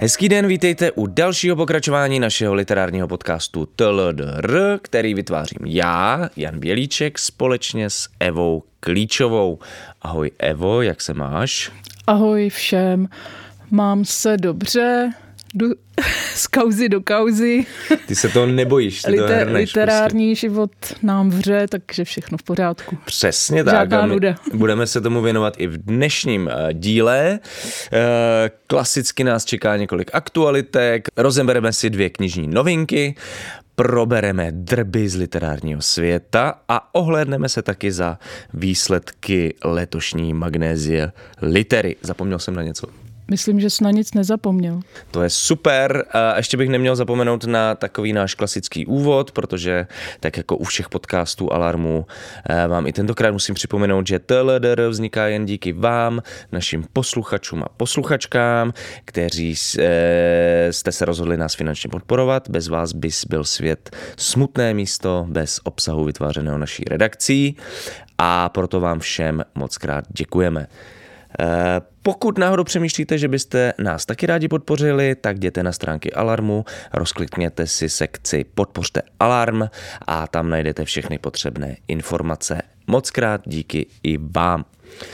Hezký den, vítejte u dalšího pokračování našeho literárního podcastu TLDR, který vytvářím já, Jan Bělíček, společně s Evou Klíčovou. Ahoj Evo, jak se máš? Ahoj všem, mám se dobře, jdu z kauzy do kauzy. Ty se toho nebojíš, ty to hrneš. Literární prostě. Život nám vře, takže všechno v pořádku. Přesně tak. Žádná nuda. Budeme se tomu věnovat i v dnešním díle. Klasicky nás čeká několik aktualitek, rozebereme si 2 knižní novinky, probereme drby z literárního světa a ohlédneme se taky za výsledky letošní Magnézie Litery. Zapomněl jsem na něco? Myslím, že jsi na nic nezapomněl. To je super. A ještě bych neměl zapomenout na takový náš klasický úvod, protože tak jako u všech podcastů Alarmu vám i tentokrát musím připomenout, že TLDR vzniká jen díky vám, našim posluchačům a posluchačkám, kteří jste se rozhodli nás finančně podporovat. Bez vás by byl svět smutné místo bez obsahu vytvářeného naší redakcí a proto vám všem moc krát děkujeme. Pokud náhodou přemýšlíte, že byste nás taky rádi podpořili, tak jděte na stránky Alarmu, rozklikněte si sekci Podpořte Alarm a tam najdete všechny potřebné informace. Moc krát díky i vám.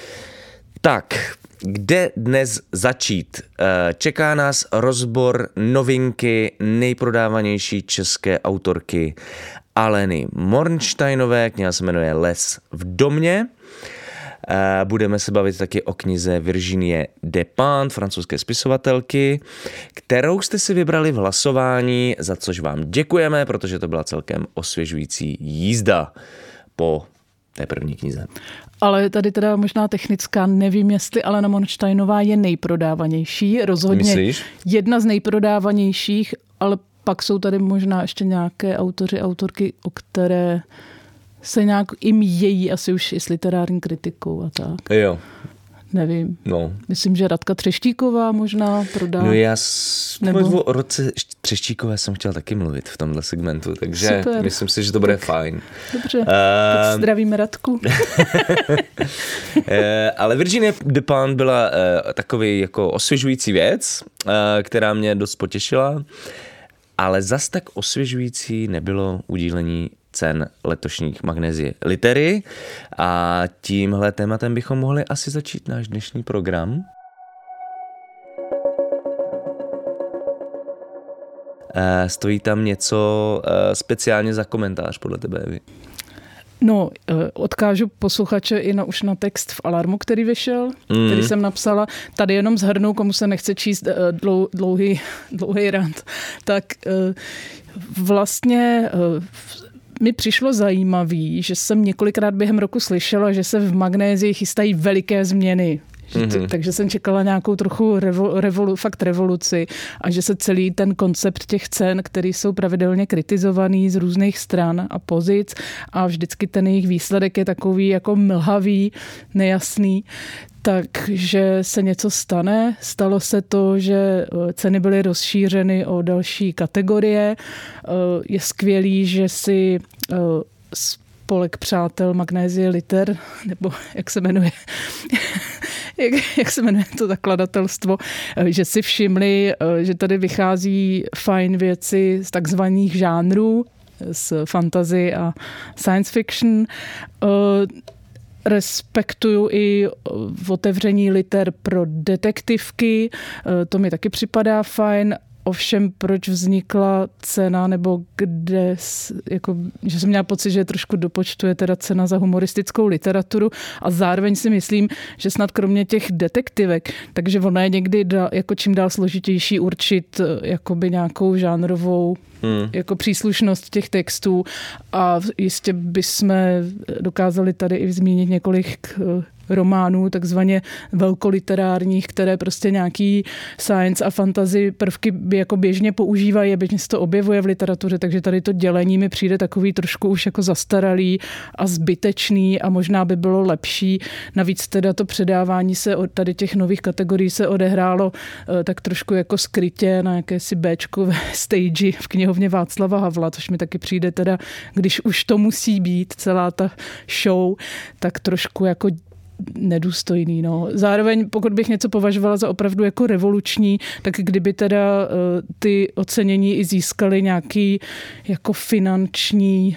Tak, kde dnes začít? Čeká nás rozbor novinky nejprodávanější české autorky Aleny Mornsteinové, kniha se jmenuje Les v domě. Budeme se bavit taky o knize Virginie Despentes, francouzské spisovatelky, kterou jste si vybrali v hlasování, za což vám děkujeme, protože to byla celkem osvěžující jízda po té první knize. Ale tady teda možná technická, nevím, jestli Alena Mornsteinová je nejprodávanější, rozhodně Myslíš? Jedna z nejprodávanějších, ale pak jsou tady možná ještě nějaké autorky, o které se nějak i míjejí asi už i s literární kritikou a tak. Jo. Nevím. No. Myslím, že Radka Třeštíková možná prodá. No já o roce Třeštíkové jsem chtěl taky mluvit v tomhle segmentu, takže super. Myslím si, že to bude fajn. Dobře, tak zdravíme Radku. Ale Virginie Despentes byla takový jako osvěžující věc, která mě dost potěšila, ale zas tak osvěžující nebylo udílení cen letošních Magnézie Litery a tímhle tématem bychom mohli asi začít náš dnešní program. Stojí tam něco speciálně za komentář podle tebe, Evi? No, odkážu posluchače i už na text v Alarmu, který vyšel, který jsem napsala. Tady jenom shrnu, komu se nechce číst dlouhý rant. Tak vlastně mi přišlo zajímavý, že jsem několikrát během roku slyšela, že se v Magnézii chystají veliké změny. Takže jsem čekala nějakou trochu revoluci a že se celý ten koncept těch cen, které jsou pravidelně kritizovaný z různých stran a pozic a vždycky ten jejich výsledek je takový jako mlhavý, nejasný, takže se něco stane. Stalo se to, že ceny byly rozšířeny o další kategorie. Je skvělý, že si spolek přátel Magnézie Liter, nebo jak se jmenuje, jak se jmenuje to zakladatelstvo, že si všimli, že tady vychází fajn věci z takzvaných žánrů, z fantasy a science fiction. Respektuju i otevření liter pro detektivky, to mi taky připadá fajn. Ovšem, proč vznikla cena, nebo kde, jako, že jsem měla pocit, že trošku do počtu je teda cena za humoristickou literaturu a zároveň si myslím, že snad kromě těch detektivek, takže ona je někdy jako čím dál složitější určit jakoby nějakou žánrovou jako příslušnost těch textů a jistě bychom dokázali tady i zmínit několik románů, takzvaně velkoliterárních, které prostě nějaký science a fantasy prvky jako běžně používají, běžně se to objevuje v literatuře, takže tady to dělení mi přijde takový trošku už jako zastaralý a zbytečný a možná by bylo lepší. Navíc teda to předávání se od tady těch nových kategorií se odehrálo tak trošku jako skrytě na jakési béčkové stage v knihovně Václava Havla, což mi taky přijde teda, když už to musí být celá ta show, tak trošku jako nedůstojný. No. Zároveň, pokud bych něco považovala za opravdu jako revoluční, tak kdyby teda ty ocenění i získaly nějaký jako finanční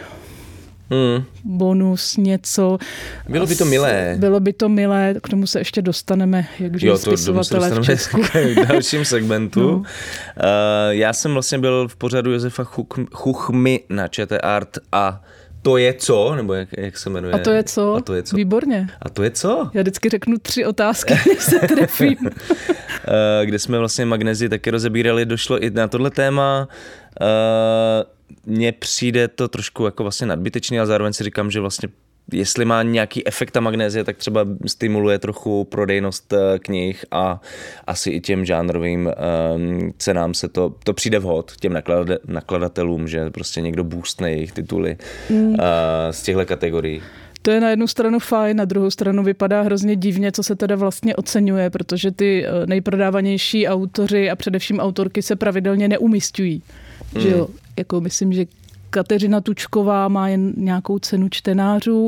bonus, něco. Bylo by to milé. Bylo by to milé, k tomu se ještě dostaneme, jak žijí spisovatelé v Česku. V dalším segmentu. No. Já jsem vlastně byl v pořadu Josefa Chuchmy na ČT Art a to je co? Nebo jak se jmenuje? A to je co? A to je co? Výborně. A to je co? Já vždycky řeknu 3 otázky, než se trefím. Kde jsme vlastně magnézii taky rozebírali, došlo i na tohle téma. Mně přijde to trošku jako vlastně nadbytečný, ale zároveň si říkám, že vlastně jestli má nějaký efekt ta magnézie, tak třeba stimuluje trochu prodejnost knih a asi i těm žánrovým cenám se to přijde vhod těm nakladatelům, že prostě někdo boostne jejich tituly z těchto kategorií. To je na jednu stranu fajn, na druhou stranu vypadá hrozně divně, co se teda vlastně oceňuje, protože ty nejprodávanější autoři a především autorky se pravidelně neumisťují. Že jo? Jako myslím, že Kateřina Tučková má jen nějakou cenu čtenářů,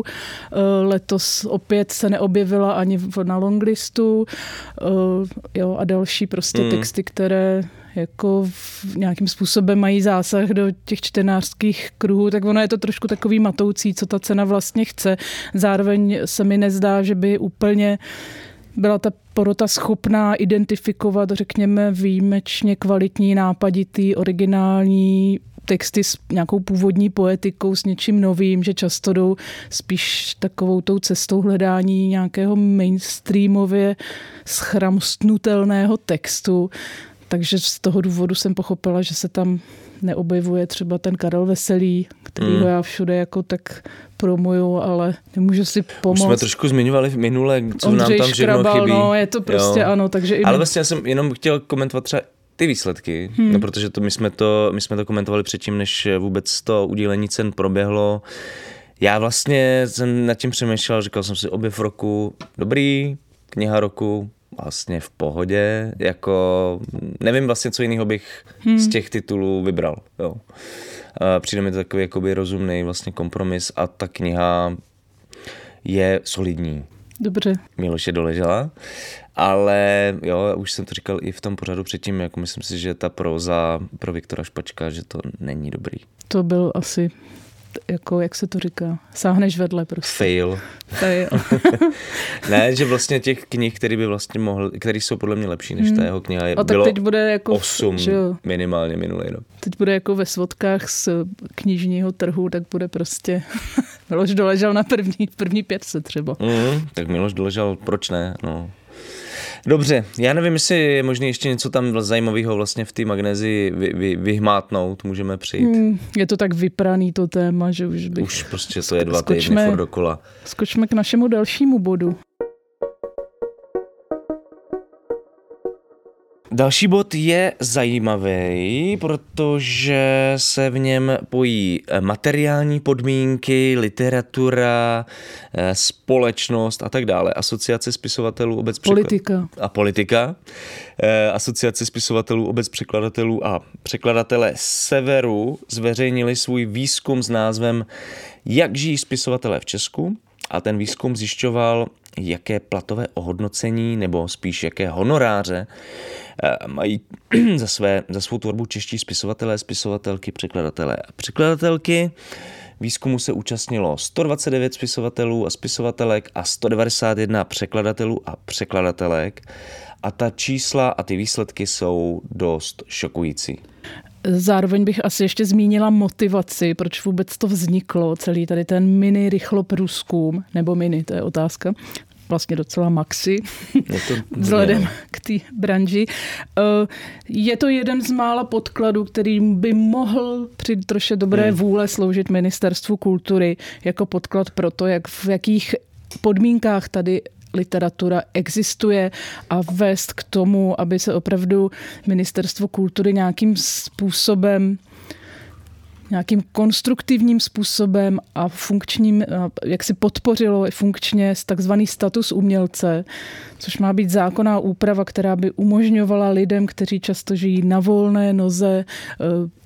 letos opět se neobjevila ani na longlistu, jo, a další prostě texty, které jako nějakým způsobem mají zásah do těch čtenářských kruhů, tak ono je to trošku takový matoucí, co ta cena vlastně chce. Zároveň se mi nezdá, že by úplně byla ta porota schopná identifikovat, řekněme, výjimečně kvalitní, nápaditý, originální texty s nějakou původní poetikou, s něčím novým, že často jdou spíš takovou tou cestou hledání nějakého mainstreamově schramstnutelného textu. Takže z toho důvodu jsem pochopila, že se tam neobjevuje třeba ten Karel Veselý, kterýho já všude jako tak promuju, ale nemůžu si pomoct. Už jsme trošku zmiňovali v minule, co Ondřej nám tam všechno chybí. No, je to prostě ano, takže ale vlastně já jsem jenom chtěl komentovat třeba ty výsledky, no, protože my jsme to komentovali předtím, než vůbec to udílení cen proběhlo. Já vlastně jsem nad tím přemýšlel, říkal jsem si objev roku, dobrý, kniha roku, vlastně v pohodě, jako nevím vlastně, co jiného bych z těch titulů vybral. Jo. Přijde mi to takový jakoby rozumný vlastně kompromis a ta kniha je solidní. Dobře. Miloše Doležela, ale jo, už jsem to říkal i v tom pořadu předtím, jako myslím si, že ta próza pro Viktora Špačka, že to není dobrý. To byl asi jako, jak se to říká, sáhneš vedle prostě. Fail. Ne, že vlastně těch knih, které jsou podle mě lepší než ta jeho kniha, bylo teď bude jako 8 minimálně minulý rok. Teď bude jako ve svodkách z knižního trhu, tak bude prostě Miloš Doležal na první 500 třeba. Tak Miloš Doležal, proč ne? No. Dobře, já nevím, jestli je možné ještě něco tam zajímavého vlastně v té magnézii vyhmátnout, můžeme přijít. Je to tak vypraný to téma, že už bych... Už prostě to je 2 týdny furt dokola. Skočme k našemu dalšímu bodu. Další bod je zajímavý, protože se v něm pojí materiální podmínky, literatura, společnost a tak dále. Asociace spisovatelů, obec politika. Asociace spisovatelů, obec překladatelů a překladatelé Severu zveřejnili svůj výzkum s názvem Jak žijí spisovatelé v Česku. A ten výzkum zjišťoval, jaké platové ohodnocení nebo spíš jaké honoráře mají za svou tvorbu čeští spisovatelé, spisovatelky, překladatelé a překladatelky. Výzkumu se účastnilo 129 spisovatelů a spisovatelek a 191 překladatelů a překladatelek a ta čísla a ty výsledky jsou dost šokující. Zároveň bych asi ještě zmínila motivaci, proč vůbec to vzniklo, celý tady ten mini rychloprůzkum, nebo mini, to je otázka, vlastně docela maxi, vzhledem k té branži. Je to jeden z mála podkladů, který by mohl při troše dobré vůle sloužit Ministerstvu kultury jako podklad pro to, v jakých podmínkách tady literatura existuje a vést k tomu, aby se opravdu Ministerstvo kultury nějakým způsobem, nějakým konstruktivním způsobem a funkčním, jak si podpořilo funkčně takzvaný status umělce, což má být zákonná úprava, která by umožňovala lidem, kteří často žijí na volné noze,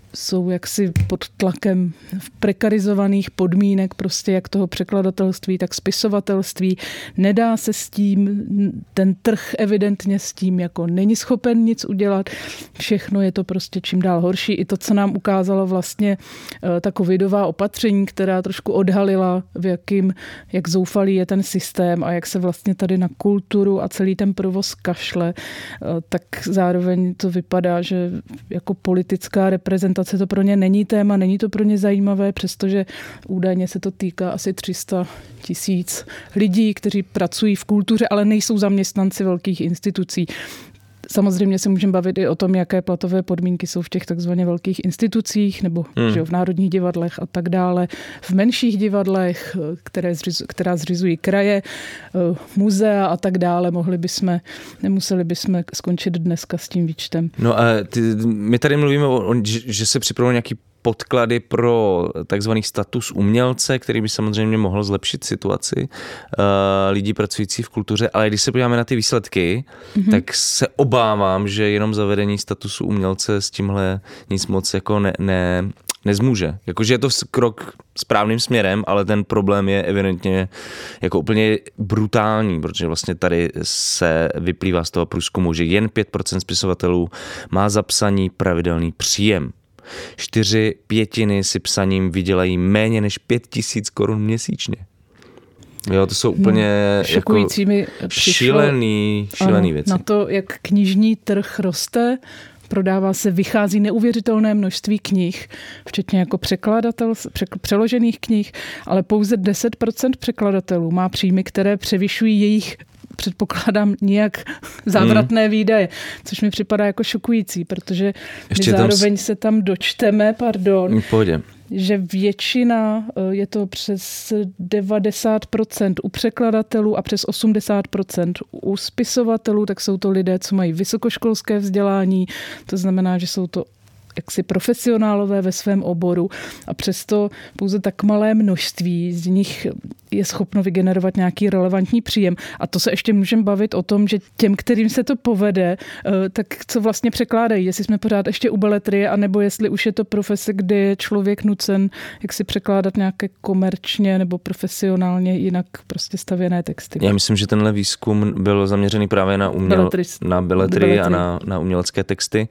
jsou jaksi pod tlakem prekarizovaných podmínek, prostě jak toho překladatelství, tak spisovatelství. Nedá se s tím, ten trh evidentně s tím jako není schopen nic udělat. Všechno je to prostě čím dál horší. I to, co nám ukázalo vlastně ta covidová opatření, která trošku odhalila, jak zoufalý je ten systém a jak se vlastně tady na kulturu a celý ten provoz kašle, tak zároveň to vypadá, že jako politická reprezentace to pro ně není téma, není to pro ně zajímavé, přestože údajně se to týká asi 300 000 lidí, kteří pracují v kultuře, ale nejsou zaměstnanci velkých institucí. Samozřejmě se můžeme bavit i o tom, jaké platové podmínky jsou v těch takzvaně velkých institucích, nebo že v národních divadlech a tak dále. V menších divadlech, která zřizují kraje, muzea a tak dále, nemuseli bychom skončit dneska s tím výčtem. No a my tady mluvíme že se připravují nějaký podklady pro takzvaný status umělce, který by samozřejmě mohl zlepšit situaci lidí pracující v kultuře, ale když se podíváme na ty výsledky, tak se obávám, že jenom zavedení statusu umělce s tímhle nic moc jako nezmůže. Jakože je to krok správným směrem, ale ten problém je evidentně jako úplně brutální, protože vlastně tady se vyplývá z toho průzkumu, že jen 5% spisovatelů má zapsaný pravidelný příjem. 4/5 si psaním vydělají méně než 5 000 korun měsíčně. Jo, to jsou úplně šokující jako šílený věci. Na to, jak knižní trh roste, vychází neuvěřitelné množství knih, včetně jako přeložených knih, ale pouze 10% překladatelů má příjmy, které převyšují jejich, předpokládám, nějak závratné výdaje, což mi připadá jako šokující, protože my zároveň se tam dočteme, že většina, je to přes 90% u překladatelů a přes 80% u spisovatelů, tak jsou to lidé, co mají vysokoškolské vzdělání, to znamená, že jsou to jaksi profesionálové ve svém oboru a přesto pouze tak malé množství z nich je schopno vygenerovat nějaký relevantní příjem. A to se ještě můžeme bavit o tom, že těm, kterým se to povede, tak co vlastně překládají. Jestli jsme pořád ještě u beletrie, anebo jestli už je to profese, kde je člověk nucen jak si překládat nějaké komerčně nebo profesionálně jinak prostě stavěné texty. Já myslím, že tenhle výzkum byl zaměřený právě na beletrii a na umělecké texty.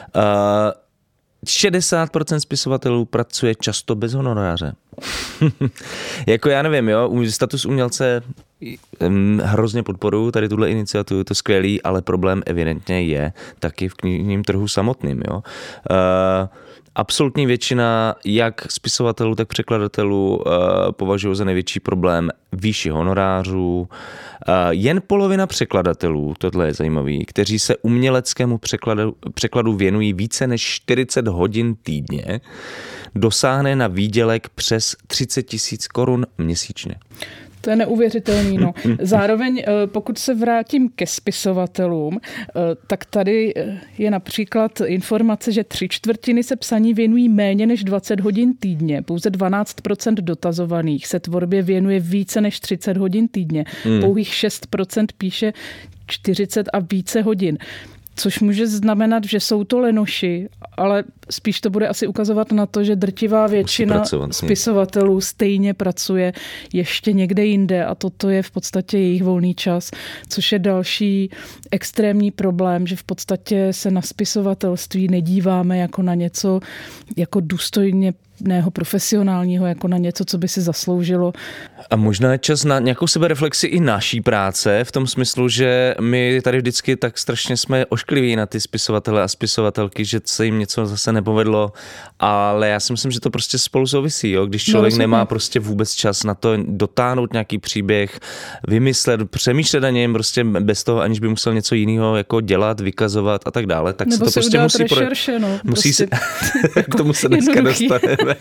60% spisovatelů pracuje často bez honoráře. Jako já nevím, jo, status umělce hrozně podporuji tady tuhle iniciativu, je to skvělý, ale problém evidentně je taky v knižním trhu samotným, jo. Absolutní většina jak spisovatelů, tak překladatelů považují za největší problém výši honorářů. Jen polovina překladatelů, tohle je zajímavý, kteří se uměleckému překladu věnují více než 40 hodin týdně, dosáhne na výdělek přes 30 000 korun měsíčně. To je neuvěřitelný. No. Zároveň, pokud se vrátím ke spisovatelům, tak tady je například informace, že 3/4 se psaní věnují méně než 20 hodin týdně. Pouze 12% dotazovaných se tvorbě věnuje více než 30 hodin týdně. Pouhých 6% píše 40 a více hodin. Což může znamenat, že jsou to lenoši, ale spíš to bude asi ukazovat na to, že drtivá většina spisovatelů stejně pracuje ještě někde jinde a toto je v podstatě jejich volný čas, což je další extrémní problém, že v podstatě se na spisovatelství nedíváme jako na něco jako důstojně profesionálního, jako na něco, co by si zasloužilo. A možná je čas na nějakou sebereflexi i naší práce, v tom smyslu, že my tady vždycky tak strašně jsme oškliví na ty spisovatele a spisovatelky, že se jim něco zase nepovedlo, ale já si myslím, že to prostě spolu souvisí, jo? Když člověk nemá prostě vůbec čas na to dotáhnout nějaký příběh, vymyslet, přemýšlet na něm prostě bez toho, aniž by musel něco jiného jako dělat, vykazovat a tak dále, tak nebo se to prostě musí rešerše, musí se, k tomu se dneska dostaneme.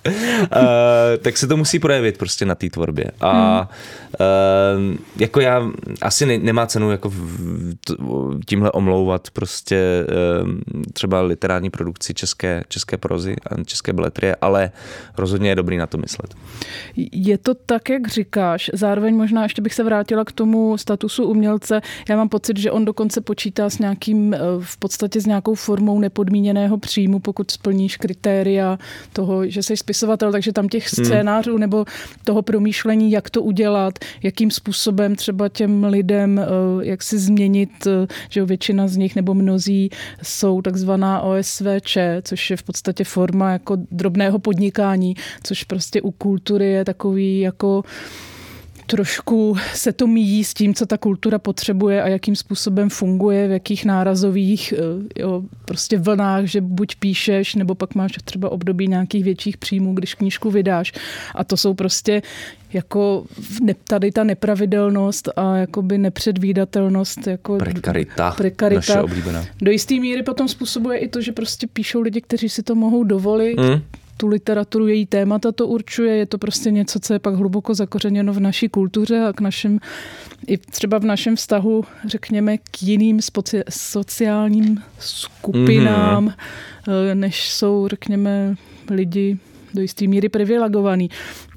Tak se to musí projevit prostě na té tvorbě. A jako já asi nemá cenu jako tímhle omlouvat prostě třeba literární produkci české prozy a české beletrie, ale rozhodně je dobrý na to myslet. Je to tak, jak říkáš. Zároveň možná ještě bych se vrátila k tomu statusu umělce. Já mám pocit, že on dokonce počítá s nějakým, v podstatě s nějakou formou nepodmíněného příjmu, pokud splníš kritéria toho, že jsi spisovatel, takže tam těch scénářů nebo toho promýšlení, jak to udělat, jakým způsobem třeba těm lidem, jak si změnit, že většina z nich nebo mnozí jsou takzvaná OSVČ, což je v podstatě forma jako drobného podnikání, což prostě u kultury je takový jako trošku se to míjí s tím, co ta kultura potřebuje a jakým způsobem funguje, v jakých nárazových prostě vlnách, že buď píšeš, nebo pak máš třeba období nějakých větších příjmů, když knížku vydáš. A to jsou prostě jako tady ta nepravidelnost a jakoby nepředvídatelnost. Jako prekarita. Naše oblíbená. Do jisté míry potom způsobuje i to, že prostě píšou lidi, kteří si to mohou dovolit. Tu literaturu, její témata to určuje, je to prostě něco, co je pak hluboko zakořeněno v naší kultuře a k našem, i třeba v našem vztahu, řekněme, k jiným sociálním skupinám, než jsou, řekněme, lidi do jisté míry privilegovaný.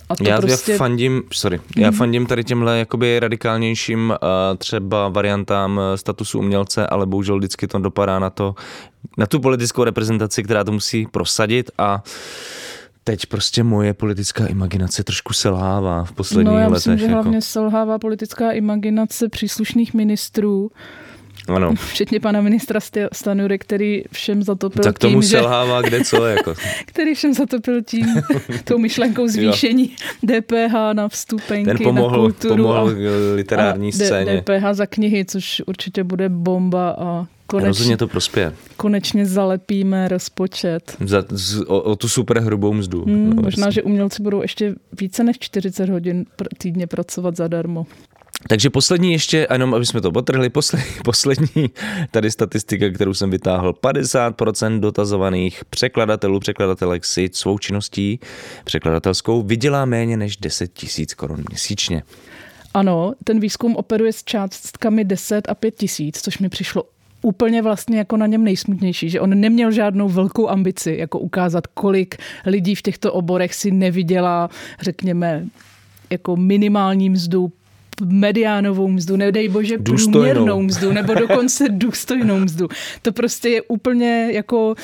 Já fandím tady těmhle jakoby radikálnějším třeba variantám statusu umělce, ale bohužel vždycky to dopadá na tu politickou reprezentaci, která to musí prosadit a teď prostě moje politická imaginace trošku selhává v posledních letech. Já myslím, že hlavně selhává politická imaginace příslušných ministrů. Ano. Včetně pana ministra Stanjury, který všem zatopil tak tomu selhává kde co, jako. Který všem zatopil tím, tou myšlenkou zvýšení DPH na vstupenky, na kulturu. Pomohl literární scéně. DPH za knihy, což určitě bude bomba a rozhodně to prospěje. Konečně zalepíme rozpočet. O tu super hrubou mzdu. Možná, že umělci budou ještě více než 40 hodin týdně pracovat zadarmo. Takže poslední ještě, jenom aby jsme to potrhli, poslední tady statistika, kterou jsem vytáhl, 50% dotazovaných překladatelek si svou činností překladatelskou vydělá méně než 10 000 korun měsíčně. Ano, ten výzkum operuje s částkami 10 a 5 000, což mi přišlo úplně vlastně jako na něm nejsmutnější, že on neměl žádnou velkou ambici, jako ukázat, kolik lidí v těchto oborech si nevydělá, řekněme, jako minimální mzdu, mediánovou mzdu, nedej bože průměrnou mzdu, nebo dokonce důstojnou mzdu. To prostě je úplně jako...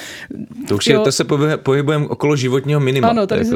To se pohybujeme okolo životního minima. Ano, tady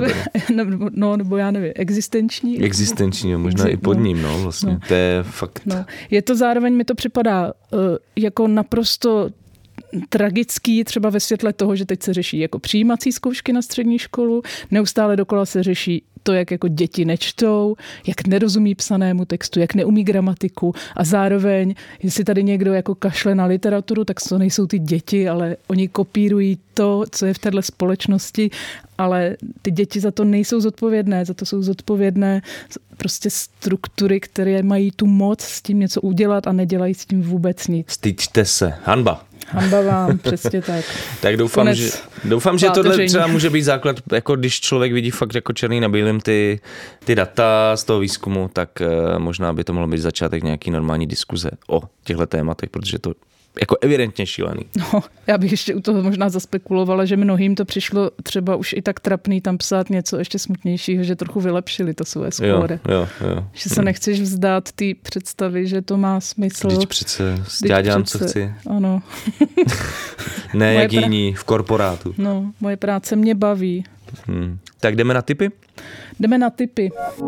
nebo já nevím, existenční, možná i pod ním, vlastně. To je fakt... Je to zároveň, mi to připadá jako naprosto tragický třeba ve světle toho, že teď se řeší jako přijímací zkoušky na střední školu, neustále dokola se řeší to, jak jako děti nečtou, jak nerozumí psanému textu, jak neumí gramatiku a zároveň, jestli tady někdo jako kašle na literaturu, tak to nejsou ty děti, ale oni kopírují to, co je v této společnosti, ale ty děti za to nejsou zodpovědné, za to jsou zodpovědné prostě struktury, které mají tu moc s tím něco udělat a nedělají s tím vůbec nic. Styďte se, hanba. Hanba vám, přesně tak. Tak doufám, že tohle třeba může být základ, jako když člověk vidí fakt jako černý na bílém ty data z toho výzkumu, tak možná by to mohlo být začátek nějaký normální diskuze o těchto tématech, protože to jako evidentně šílený. No, já bych ještě u toho možná zaspekulovala, že mnohým to přišlo třeba už i tak trapný tam psát něco ještě smutnějšího, že trochu vylepšili to své skóre. Jo. Že se nechceš vzdát ty představy, že to má smysl. Vždyť přece, já dělám, co chci. Ano. Ne jak jiní v korporátu. No, moje práce mě baví. Tak jdeme na tipy? Jdeme na tipy.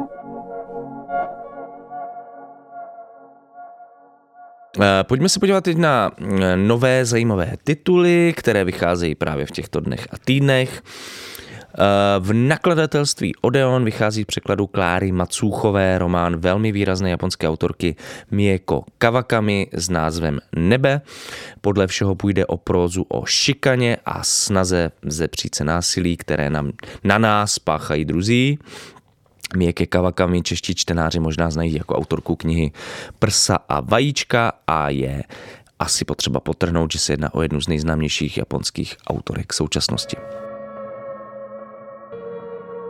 Pojďme se podívat teď na nové zajímavé tituly, které vycházejí právě v těchto dnech a týdnech. V nakladatelství Odeon vychází z překladu Kláry Macuchové román velmi výrazné japonské autorky Mieko Kawakami s názvem Nebe. Podle všeho půjde o prózu o šikaně a snaze vzepřít se násilí, které na nás páchají druzí. Mieke Kawakami čeští čtenáři možná znají jako autorku knihy Prsa a vajíčka a je asi potřeba podtrhnout, že se jedná o jednu z nejznámějších japonských autorek současnosti.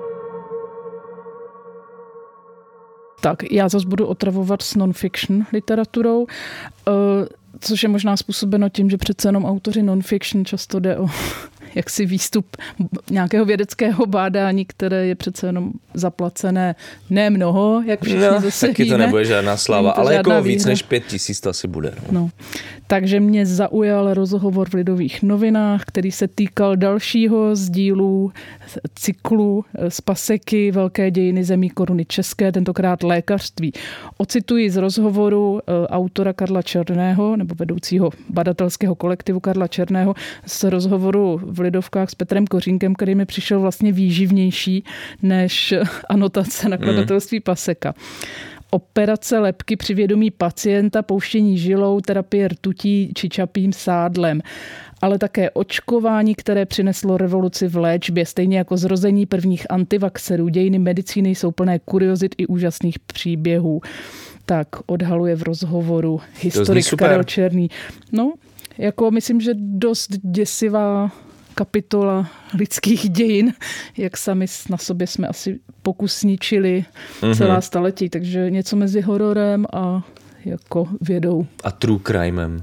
Tak, já zase budu otravovat s non-fiction literaturou, což je možná způsobeno tím, že přece jenom autoři non-fiction často jde o jaksi výstup nějakého vědeckého bádání, které je přece jenom zaplacené ne mnoho, jak všichni zase taky víme. To nebude žádná sláva, ale jako víc než 5 000 to asi bude. No. Takže mě zaujal rozhovor v Lidových novinách, který se týkal dalšího z dílů cyklu z Paseky Velké dějiny zemí koruny české, tentokrát lékařství. Ocituji z rozhovoru autora Karla Černého, nebo vedoucího badatelského kolektivu Karla Černého, z rozhovoru v Lidovkách s Petrem Kořínkem, který mi přišel vlastně výživnější než anotace nakladatelství Paseka. Operace lebky při vědomí pacienta, pouštění žilou, terapie rtutí či čapím sádlem, ale také očkování, které přineslo revoluci v léčbě, stejně jako zrození prvních antivaxerů. Dějiny medicíny jsou plné kuriozit i úžasných příběhů. Tak odhaluje v rozhovoru historik Karel Černý. No, jako myslím, že dost děsivá kapitola lidských dějin, jak sami na sobě jsme asi pokusničili celá staletí. Takže něco mezi hororem a jako vědou. A true crimem.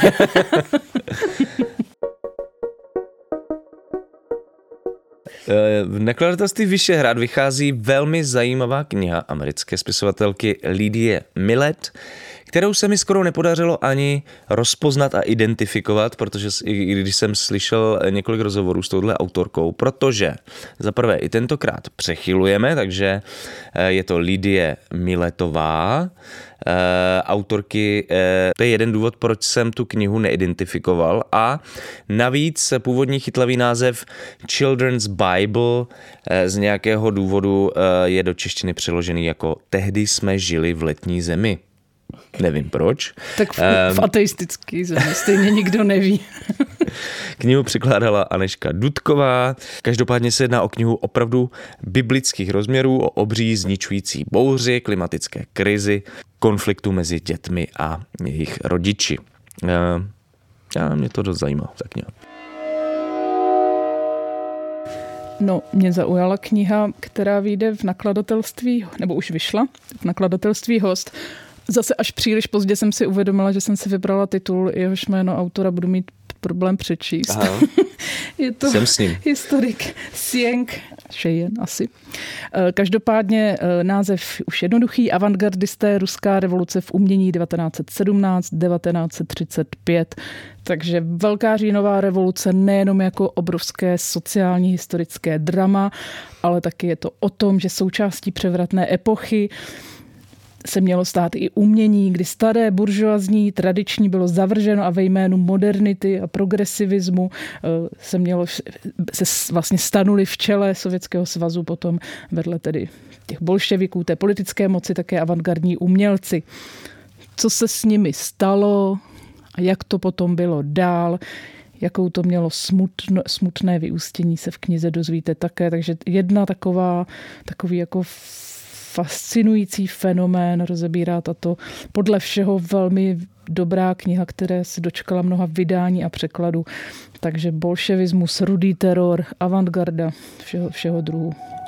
V nakladatelství Vyšehrad vychází velmi zajímavá kniha americké spisovatelky Lidie Millett, kterou se mi skoro nepodařilo ani rozpoznat a identifikovat, protože i když jsem slyšel několik rozhovorů s touhle autorkou, protože za prvé i tentokrát přechylujeme, takže je to Lidie Millettová, autorky. To je jeden důvod, proč jsem tu knihu neidentifikoval, a navíc původní chytlavý název Children's Bible z nějakého důvodu je do češtiny přeložený jako Tehdy jsme žili v letní zemi. Nevím proč. Tak v ateistický zemi stejně nikdo neví. Knihu překládala Anežka Dudková. Každopádně se jedná o knihu opravdu biblických rozměrů, o obří zničující bouři, klimatické krizi, konfliktu mezi dětmi a jejich rodiči. Mě to dost zajímalo, ta kniha. No, mě zaujala kniha, která vyjde v nakladatelství, nebo už vyšla, v nakladatelství Host. Zase až příliš pozdě jsem si uvědomila, že jsem si vybrala titul, jehož jméno autora budu mít problém přečíst. Je to historik Cheyenne asi. Každopádně název už jednoduchý, avantgardisté, ruská revoluce v umění 1917-1935. Takže Velká říjnová revoluce nejenom jako obrovské sociální historické drama, ale taky je to o tom, že součástí převratné epochy se mělo stát i umění, kdy staré buržoazní tradiční bylo zavrženo a ve jménu modernity a progresivismu se vlastně stanuli v čele Sovětského svazu, potom vedle tedy těch bolševiků, té politické moci, také avantgardní umělci. Co se s nimi stalo a jak to potom bylo dál, jakou to mělo smutné vyústění, se v knize dozvíte také. Takže jedna takový jako fascinující fenomén rozebírá tato podle všeho velmi dobrá kniha, které se dočkala mnoha vydání a překladů. Takže bolševismus, rudý teror, avantgarda, všeho druhu.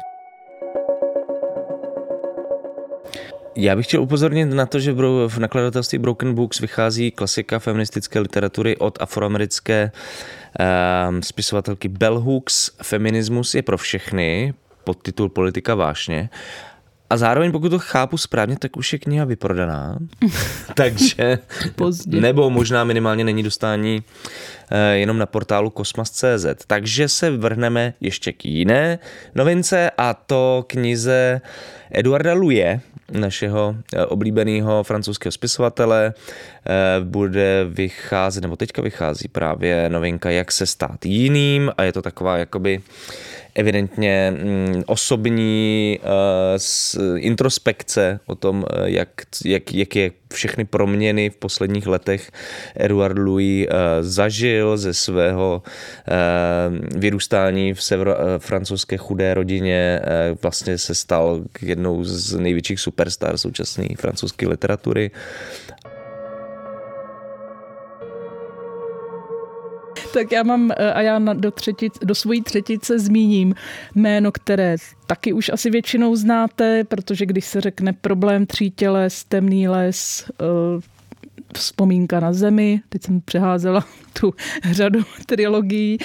Já bych chtěl upozornit na to, že v nakladatelství Broken Books vychází klasika feministické literatury od afroamerické spisovatelky Bell Hooks. Feminismus je pro všechny, podtitul Politika vášně. A zároveň, pokud to chápu správně, tak už je kniha vyprodaná. Takže pozdě. Nebo možná minimálně není dostání jenom na portálu kosmas.cz. Takže se vrhneme ještě k jiné novince, a to knize Eduarda Louye, našeho oblíbeného francouzského spisovatele. Bude vycházet, nebo teďka vychází právě novinka Jak se stát jiným, a je to taková jakoby evidentně osobní introspekce o tom, jak je všechny proměny v posledních letech Eduard Louye zažil ze svého vyrůstání v francouzské chudé rodině. Vlastně se stal jednou z největších superstar současné francouzské literatury. Tak já do svojí třetice zmíním jméno, které taky už asi většinou znáte, protože když se řekne Problém 3 těles, Temný les, Vzpomínka na zemi, teď jsem přeházela tu řadu trilogií,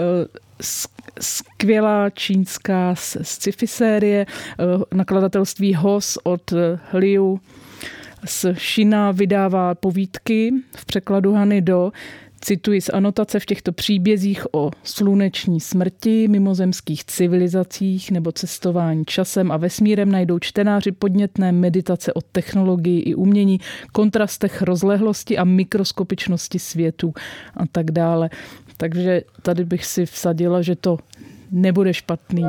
skvělá čínská sci-fi série, nakladatelství HOS od Liu z Šina vydává povídky v překladu Hany Do. Cituji z anotace: v těchto příbězích o sluneční smrti, mimozemských civilizacích nebo cestování časem a vesmírem najdou čtenáři podnětné meditace o technologii i umění, kontrastech rozlehlosti a mikroskopičnosti světů a tak dále. Takže tady bych si vsadila, že to nebude špatný.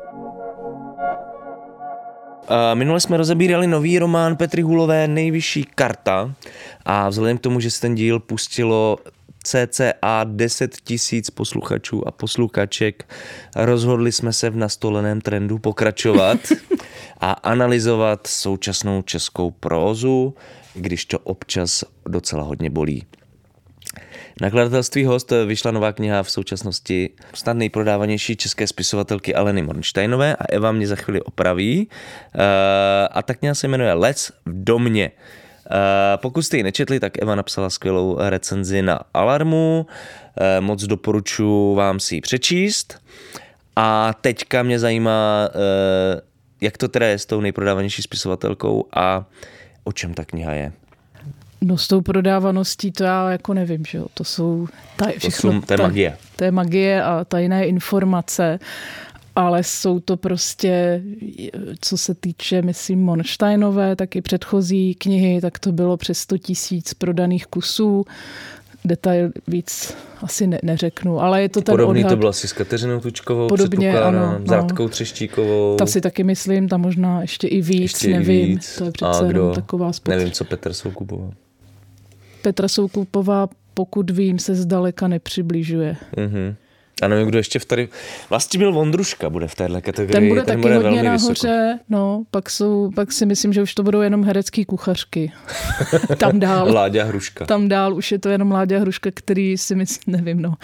Minule jsme rozebírali nový román Petry Hulové Nejvyšší karta a vzhledem k tomu, že se ten díl pustilo cca 10 000 posluchačů a posluchaček, rozhodli jsme se v nastoleném trendu pokračovat a analyzovat současnou českou prózu, když to občas docela hodně bolí. Nakladatelství Host vyšla nová kniha v současnosti snad nejprodávanější české spisovatelky Aleny Mornštejnové a Eva mě za chvíli opraví. A ta kniha se jmenuje Les v domě. Pokud jste ji nečetli, tak Eva napsala skvělou recenzi na Alarmu. Moc doporučuji vám si ji přečíst. A teďka mě zajímá, jak to teda je s tou nejprodávanější spisovatelkou a o čem ta kniha je. No s tou prodávaností to já jako nevím, že jo. To je magie. To je magie a tajné informace, ale jsou to prostě, co se týče, myslím, Mornštejnové, tak i předchozí knihy, tak to bylo přes 100 000 prodaných kusů. Detail víc asi neřeknu, ale je to ten podobný odhad. To bylo asi s Kateřinou Tučkovou, podobně, ano, s Radkou Třeštíkovou. Ta si taky myslím, ta možná ještě i víc, nevím. To je přece jenom taková spotřeba. Nevím, co Petr Soukupová. Petra Soukupová, pokud vím, se zdaleka nepřibližuje. Mhm. A nevím, kdo ještě Vlastimil Vondruška bude v téhle kategorii. Ten bude taky hodně nahoře, no, pak si myslím, že už to budou jenom herecký kuchařky. Tam dál. Láďa Hruška. Tam dál už je to jenom Láďa Hruška, který si myslím, nevím, no.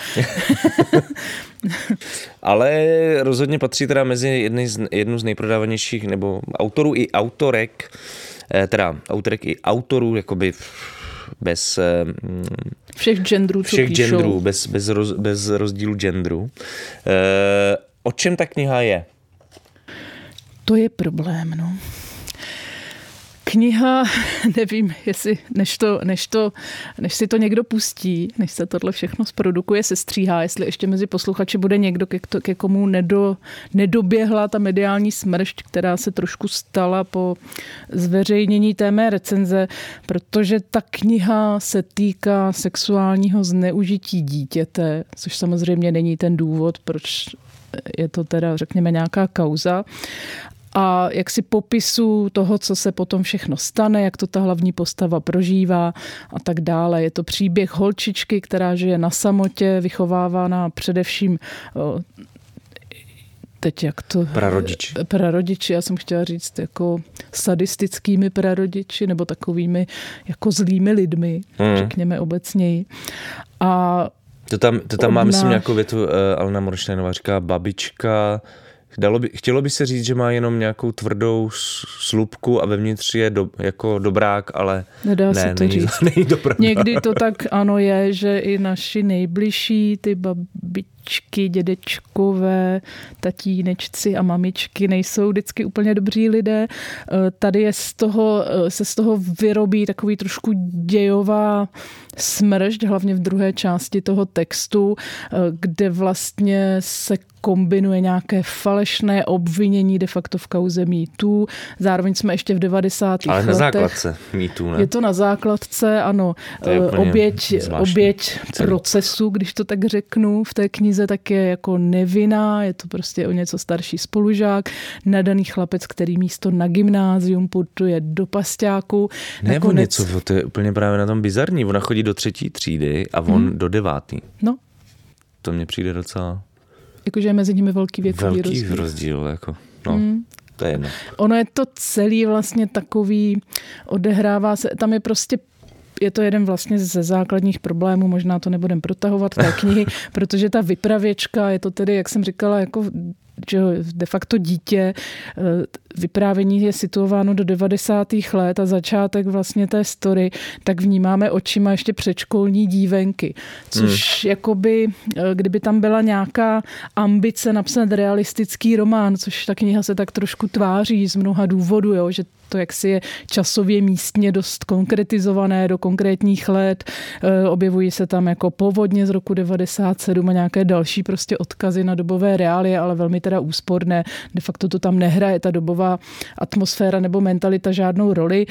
Ale rozhodně patří teda mezi jednu z nejprodávanějších, nebo autorů i autorek, i autorů, jakoby bez všech genderů, bez rozdílu genderu. O čem ta kniha je? To je problém, no. Kniha, nevím, jestli než si to někdo pustí, než se tohle všechno zprodukuje, se stříhá, jestli ještě mezi posluchači bude někdo, ke komu nedoběhla ta mediální smršť, která se trošku stala po zveřejnění té mé recenze, protože ta kniha se týká sexuálního zneužití dítěte, což samozřejmě není ten důvod, proč je to teda, řekněme, nějaká kauza. A jak si popisu toho, co se potom všechno stane, jak to ta hlavní postava prožívá a tak dále. Je to příběh holčičky, která žije na samotě, vychovávána především teď jak to... Prarodiči, já jsem chtěla říct jako sadistickými prarodiči nebo takovými jako zlými lidmi, řekněme obecněji. A to tam má, myslím, nějakou větu, Alena Mornštejnová říká babička. Chtělo by se říct, že má jenom nějakou tvrdou slupku a vevnitř je jako dobrák, ale nedá se to říct. Není to pravda. Někdy to tak ano je, že i naši nejbližší, ty babičky, dědečkové, tatínečci a mamičky nejsou vždycky úplně dobří lidé. Tady se z toho vyrobí takový trošku dějová smršť, hlavně v druhé části toho textu, kde vlastně se kombinuje nějaké falešné obvinění de facto v kauze mýtů. Zároveň jsme ještě v 90. letech. Ale na základce mýtů, ne? Je to na základce, ano. Oběť procesu, když to tak řeknu, v té knize tak je jako nevinná, je to prostě o něco starší spolužák, nadaný chlapec, který místo na gymnázium putuje do pasťáku. Nebo něco, to je úplně právě na tom bizarní. Ona chodí do 3. třídy a on do 9. No. To mně přijde docela... Jakože je mezi nimi velký věkový rozdíl. Jako, to je jedno. Ono je to celý vlastně takový, odehrává se, tam je prostě je to jeden vlastně ze základních problémů, možná to nebudem protahovat té knihy, protože ta vypravěčka je to tedy, jak jsem říkala, jako že de facto dítě, vyprávění je situováno do 90. let a začátek vlastně té story, tak vnímáme očima ještě předškolní dívenky, což jakoby, kdyby tam byla nějaká ambice napsat realistický román, což ta kniha se tak trošku tváří z mnoha důvodů, jo, že to jaksi je časově místně dost konkretizované do konkrétních let. Objevují se tam jako povodně z roku 97 a nějaké další prostě odkazy na dobové reálie, ale velmi teda úsporné. De facto to tam nehraje ta dobová atmosféra nebo mentalita žádnou roli.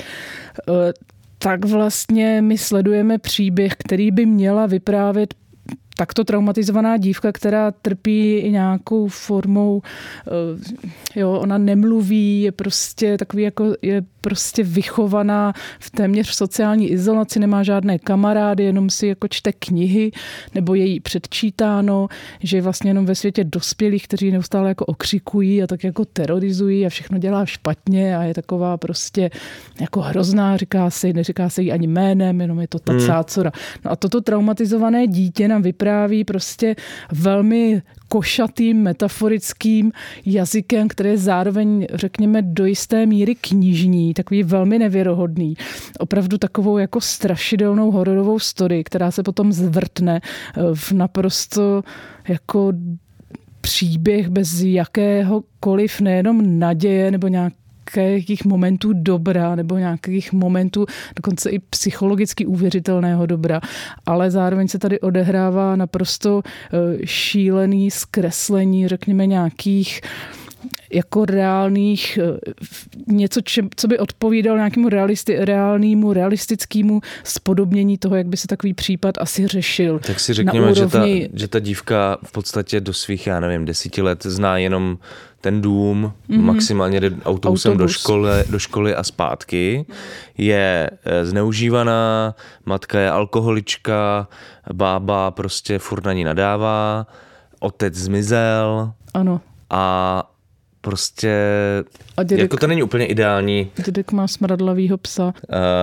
Tak vlastně my sledujeme příběh, který by měla vyprávět takto traumatizovaná dívka, která trpí nějakou formou, jo, ona nemluví, je prostě takový jako, je prostě vychovaná v téměř sociální izolaci, nemá žádné kamarády, jenom si jako čte knihy, nebo je jí předčítáno, že je vlastně jenom ve světě dospělých, kteří neustále jako okřikují a tak jako terorizují a všechno dělá špatně a je taková prostě jako hrozná, neříká se jí ani jménem, jenom je to ta cácora. No a toto traumatizované dítě nám vypráví prostě velmi košatým, metaforickým jazykem, který je zároveň, řekněme, do jisté míry knižní, takový velmi nevěrohodný. Opravdu takovou jako strašidelnou hororovou story, která se potom zvrtne v naprosto jako příběh bez jakéhokoliv nejenom naděje nebo nějakých momentů dobra nebo nějakých momentů dokonce i psychologicky uvěřitelného dobra, ale zároveň se tady odehrává naprosto šílený zkreslení, řekněme, nějakých jako reálných, něco, co by odpovídalo nějakému realistickému spodobnění toho, jak by se takový případ asi řešil. Tak si řekněme, že ta dívka v podstatě do svých, 10 let zná jenom ten dům, maximálně jde autobusem do školy a zpátky, je zneužívaná, matka je alkoholička, bába prostě furt na ní nadává, otec zmizel. Ano. A prostě, jako to není úplně ideální. Dědek má smradlavýho psa.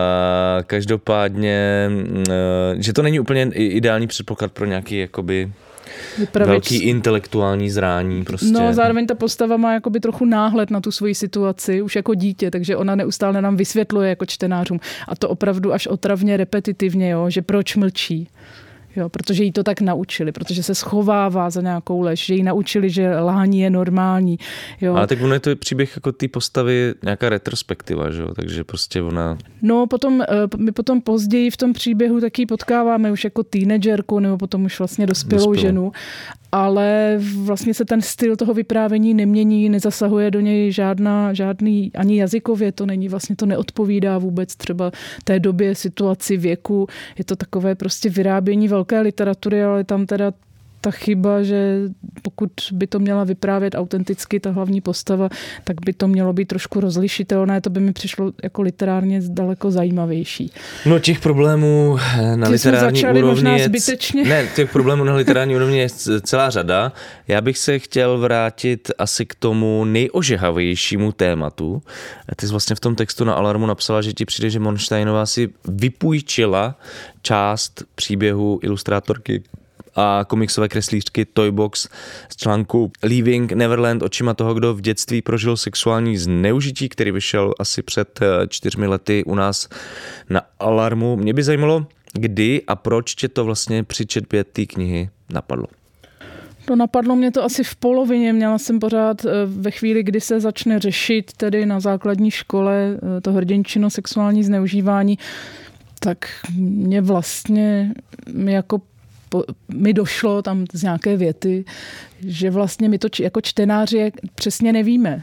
Každopádně, že to není úplně ideální předpoklad pro nějaký jakoby velký intelektuální zrání. Prostě. No, zároveň ta postava má jakoby trochu náhled na tu svoji situaci, už jako dítě, takže ona neustále nám vysvětluje jako čtenářům. A to opravdu až otravně repetitivně, jo, že proč mlčí. Jo, protože jí to tak naučili, protože se schovává za nějakou lež, že jí naučili, že lhání je normální. Jo. Ale tak ono je to příběh jako té postavy nějaká retrospektiva, že jo? Takže prostě ona... No, my potom později v tom příběhu taky potkáváme už jako teenagerku, nebo potom už vlastně dospělou ženu, ale vlastně se ten styl toho vyprávění nemění, nezasahuje do něj žádný ani jazykově, to není, vlastně to neodpovídá vůbec třeba té době, situaci, věku. Je to takové prostě vyrábění velké literatury, ale tam teda ta chyba, že pokud by to měla vyprávět autenticky ta hlavní postava, tak by to mělo být trošku rozlišitelné, to by mi přišlo jako literárně daleko zajímavější. No těch problémů na literární úrovni těch problémů na literární úrovni je celá řada. Já bych se chtěl vrátit asi k tomu nejožehavějšímu tématu. Ty jsi vlastně v tom textu na Alarmu napsala, že ti přijde, že Monštejnová si vypůjčila část příběhu ilustrátorky a komiksové kreslířky Toybox z článku Leaving Neverland očima toho, kdo v dětství prožil sexuální zneužití, který vyšel asi před 4 lety u nás na Alarmu. Mě by zajímalo, kdy a proč tě to vlastně při četbě té knihy napadlo. To napadlo mě to asi v polovině. Měla jsem pořád ve chvíli, kdy se začne řešit tedy na základní škole to hrdinčino sexuální zneužívání, tak mě vlastně jako mi došlo tam z nějaké věty, že vlastně my to jako čtenáři přesně nevíme,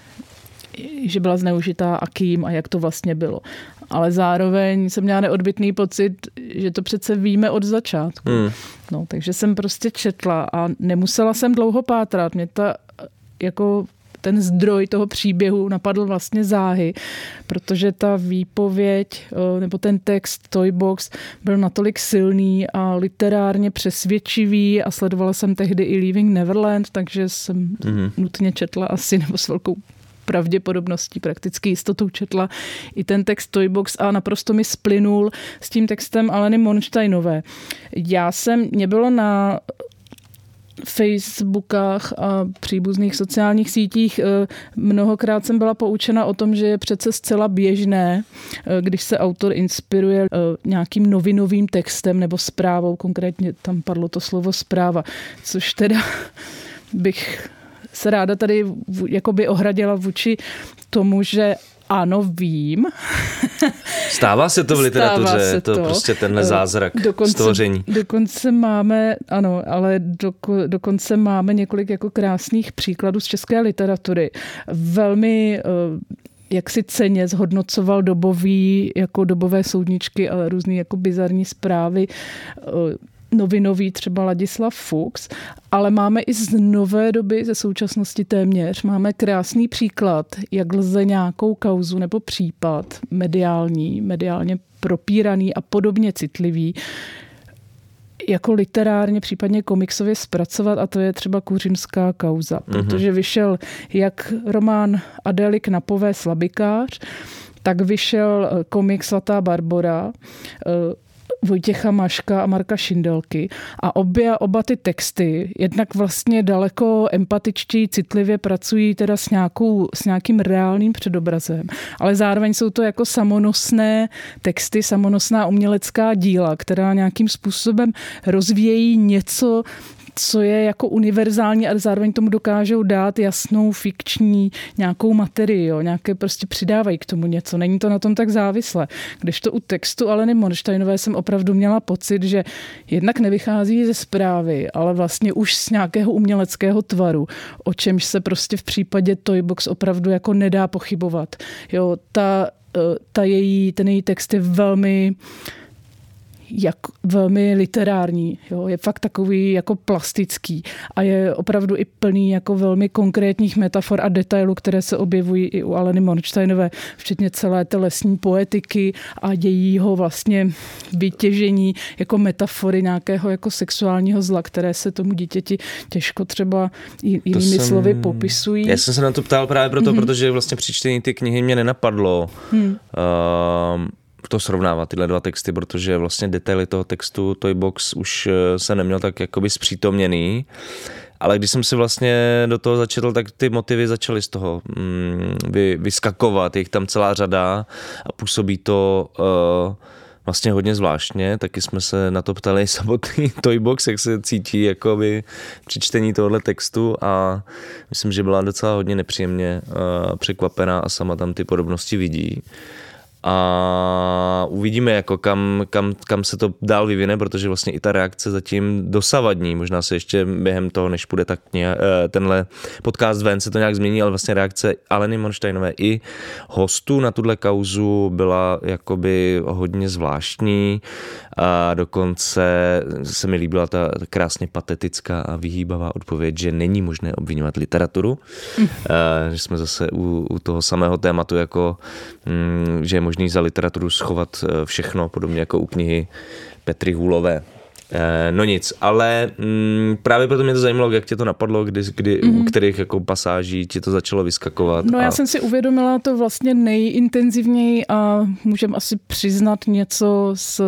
že byla zneužitá a kým a jak to vlastně bylo. Ale zároveň jsem měla neodbytný pocit, že to přece víme od začátku. No, takže jsem prostě četla a nemusela jsem dlouho pátrat. Mě ten zdroj toho příběhu napadl vlastně záhy, protože ta výpověď nebo ten text Toybox byl natolik silný a literárně přesvědčivý a sledovala jsem tehdy i Leaving Neverland, takže jsem nutně četla asi nebo s velkou pravděpodobností, prakticky jistotou četla i ten text Toybox a naprosto mi splynul s tím textem Aleny Mornsteinové. Mě bylo na Facebookách a příbuzných sociálních sítích mnohokrát jsem byla poučena o tom, že je přece zcela běžné, když se autor inspiruje nějakým novinovým textem nebo zprávou, konkrétně tam padlo to slovo zpráva, což teda bych se ráda tady jakoby ohradila vůči tomu, že ano, vím. Stává se to v literatuře, to prostě tenhle zázrak stvoření. Dokonce máme, ano, ale dokonce máme několik jako krásných příkladů z české literatury. Velmi jak si cenně zhodnocoval dobové soudničky a různý jako bizarní zprávy novinový třeba Ladislav Fuchs, ale máme i z nové doby, ze současnosti téměř, máme krásný příklad, jak lze nějakou kauzu nebo případ mediálně propíraný a podobně citlivý, jako literárně, případně komiksově zpracovat, a to je třeba Kuřimská kauza, protože vyšel jak román Adély Knapové Slabikář, tak vyšel komik Svatá Barbora, Vojtěcha Maška a Marka Šindelky a oba ty texty jednak vlastně daleko empatičtěji, citlivě pracují teda s nějakým reálným předobrazem, ale zároveň jsou to jako samonosné texty, samonosná umělecká díla, která nějakým způsobem rozvíjejí něco, co je jako univerzální a zároveň tomu dokážou dát jasnou fikční nějakou materii, nějaké prostě přidávají k tomu něco. Není to na tom tak závislé. Kdežto u textu Aleny Mornsteinové jsem opravdu měla pocit, že jednak nevychází ze zprávy, ale vlastně už z nějakého uměleckého tvaru, o čemž se prostě v případě Toybox opravdu jako nedá pochybovat. Jo, ten její text je velmi literární, jo, je fakt takový jako plastický a je opravdu i plný jako velmi konkrétních metafor a detailů, které se objevují i u Aleny Mornsteinové, včetně celé té lesní poetiky a jejího vlastně vytěžení jako metafory nějakého jako sexuálního zla, které se tomu dítěti těžko třeba jinými slovy popisují. Já jsem se na to ptal právě proto, protože vlastně při čtení ty knihy mě nenapadlo to srovnávat tyhle dva texty, protože vlastně detaily toho textu Toybox už se neměl tak jakoby zpřítomněný, ale když jsem si vlastně do toho začetl, tak ty motivy začaly z toho vyskakovat, je jich tam celá řada a působí to vlastně hodně zvláštně, taky jsme se na to ptali samotný Toybox, jak se cítí jakoby při čtení tohohle textu a myslím, že byla docela hodně nepříjemně překvapená a sama tam ty podobnosti vidí. A uvidíme, jako kam se to dál vyvine, protože vlastně i ta reakce zatím dosavadní, možná se ještě během toho, než půjde tak tenhle podcast ven, se to nějak změní, ale vlastně reakce Aleny Mornsteinové i hostů na tuhle kauzu byla jakoby hodně zvláštní a dokonce se mi líbila ta krásně patetická a vyhýbavá odpověď, že není možné obviňovat literaturu, že jsme zase u toho samého tématu, jako že je možný za literaturu schovat všechno, podobně jako u knihy Petry Hůlové. No nic, ale právě proto mě to zajímalo, jak tě to napadlo, u kterých jako pasáží ti to začalo vyskakovat. No já jsem si uvědomila to vlastně nejintenzivněji a můžem asi přiznat něco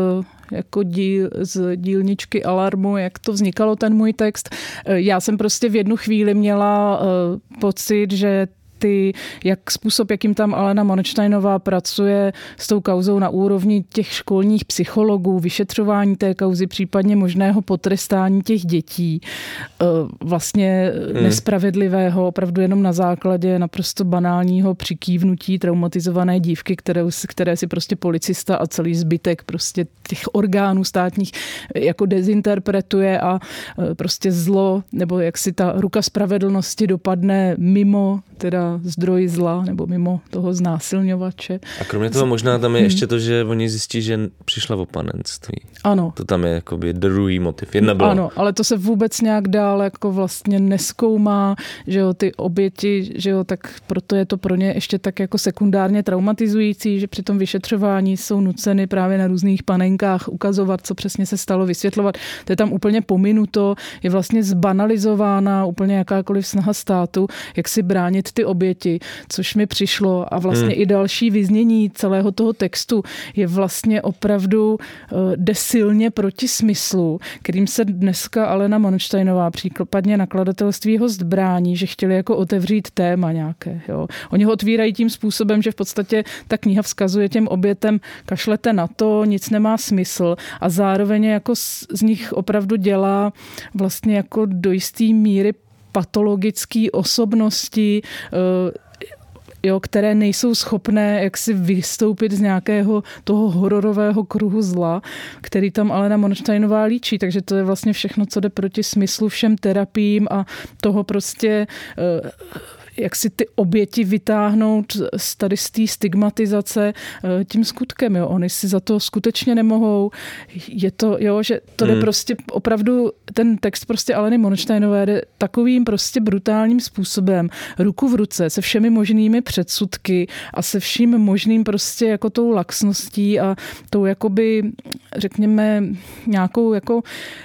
z dílničky Alarmu, jak to vznikalo ten můj text. Já jsem prostě v jednu chvíli měla pocit, že jak způsob, jakým tam Alena Mornsteinová pracuje s tou kauzou na úrovni těch školních psychologů, vyšetřování té kauzy, případně možného potrestání těch dětí, vlastně nespravedlivého, opravdu jenom na základě naprosto banálního přikývnutí traumatizované dívky, které si prostě policista a celý zbytek prostě těch orgánů státních jako dezinterpretuje a prostě zlo, nebo jak si ta ruka spravedlnosti dopadne mimo teda zdroj zla nebo mimo toho znásilňovače. A kromě toho možná tam je ještě to, že oni zjistí, že přišla o panenství. Ano. To tam je jakoby druhý motiv. Jedna byla. Ano, ale to se vůbec nějak dál jako vlastně nezkoumá, že jo, ty oběti, že jo, tak proto je to pro ně ještě tak jako sekundárně traumatizující, že při tom vyšetřování jsou nuceny právě na různých panenkách ukazovat, co přesně se stalo, vysvětlovat. To je tam úplně pominuto, je vlastně zbanalizována úplně jakákoliv snaha státu, jak si bránit ty oběti, což mi přišlo a vlastně i další vyznění celého toho textu je vlastně opravdu jde silně proti smyslu, kterým se dneska Alena Monštejnová, případně nakladatelství Host brání, že chtěli jako otevřít téma nějaké. Jo. Oni ho otvírají tím způsobem, že v podstatě ta kniha vzkazuje těm obětem, kašlete na to, nic nemá smysl a zároveň jako z nich opravdu dělá vlastně jako do jistý míry patologické osobnosti, jo, které nejsou schopné jaksi vystoupit z nějakého toho hororového kruhu zla, který tam Alena Monštejnová líčí. Takže to je vlastně všechno, co jde proti smyslu všem terapiím a toho prostě jak si ty oběti vytáhnout tady z té stigmatizace tím skutkem. Jo. Oni si za to skutečně nemohou. Je to, jo, že to jde prostě opravdu, ten text prostě Aleny Monštejnové jde takovým prostě brutálním způsobem, ruku v ruce, se všemi možnými předsudky a se vším možným prostě jako tou laxností a tou jakoby, řekněme, nějakou jako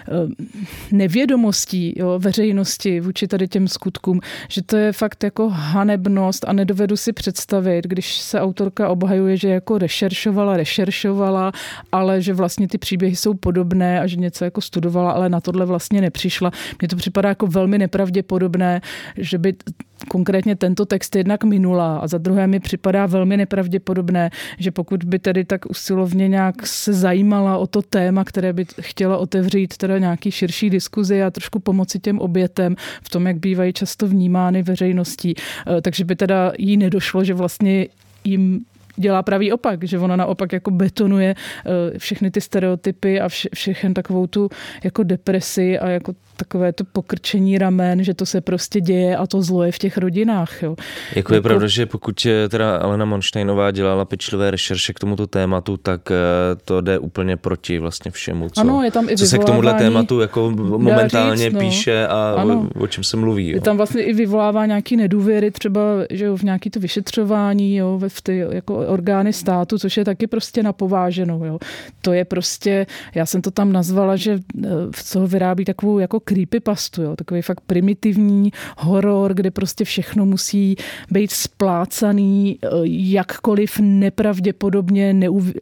nevědomostí, jo, veřejnosti vůči tady těm skutkům, že to je fakt jako hanebnost a nedovedu si představit, když se autorka obhajuje, že jako rešeršovala, ale že vlastně ty příběhy jsou podobné a že něco jako studovala, ale na tohle vlastně nepřišla. Mně to připadá jako velmi nepravděpodobné, že by konkrétně tento text jednak minula a za druhé mi připadá velmi nepravděpodobné, že pokud by tedy tak usilovně nějak se zajímala o to téma, které by chtěla otevřít teda nějaký širší diskuzi a trošku pomoci těm obětem v tom, jak bývají často vnímány veřejností. Takže by teda jí nedošlo, že vlastně jim dělá pravý opak, že ona naopak jako betonuje všechny ty stereotypy a všechen takovou tu jako depresi a jako takové to pokrčení ramen, že to se prostě děje a to zlo je v těch rodinách. Jo. Jako je pravda, že pokud teda Alena Monštejnová dělala pečlivé rešerše k tomuto tématu, tak to jde úplně proti vlastně všemu, ano, je tam i co se k tomuhle tématu jako momentálně píše a o čem se mluví. Jo. Je tam vlastně i vyvolává nějaký nedůvěry, třeba že jo, v nějaký to vyšetřování, jo, v ty jako orgány státu, což je taky prostě napováženou. Jo. To je prostě, já jsem to tam nazvala, že z toho vyrábí takovou jako creepypastu, jo, takový fakt primitivní horor, kde prostě všechno musí být splácaný jakkoliv nepravděpodobně,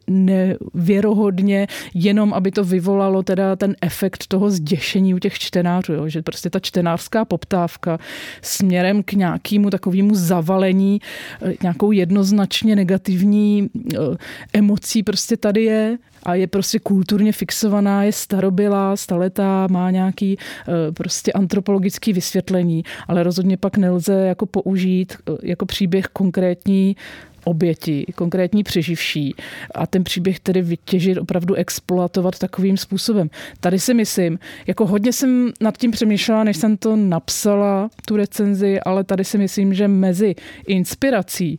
nevěrohodně, jenom aby to vyvolalo teda ten efekt toho zděšení u těch čtenářů, jo, že prostě ta čtenářská poptávka směrem k nějakému takovému zavalení, nějakou jednoznačně negativní emocí prostě tady je a je prostě kulturně fixovaná, je starobylá, staletá, má nějaký prostě antropologický vysvětlení, ale rozhodně pak nelze jako použít jako příběh konkrétní oběti, konkrétní přeživší a ten příběh tedy vytěžit, opravdu exploatovat takovým způsobem. Tady si myslím, jako hodně jsem nad tím přemýšlela, než jsem to napsala, tu recenzi, ale tady si myslím, že mezi inspirací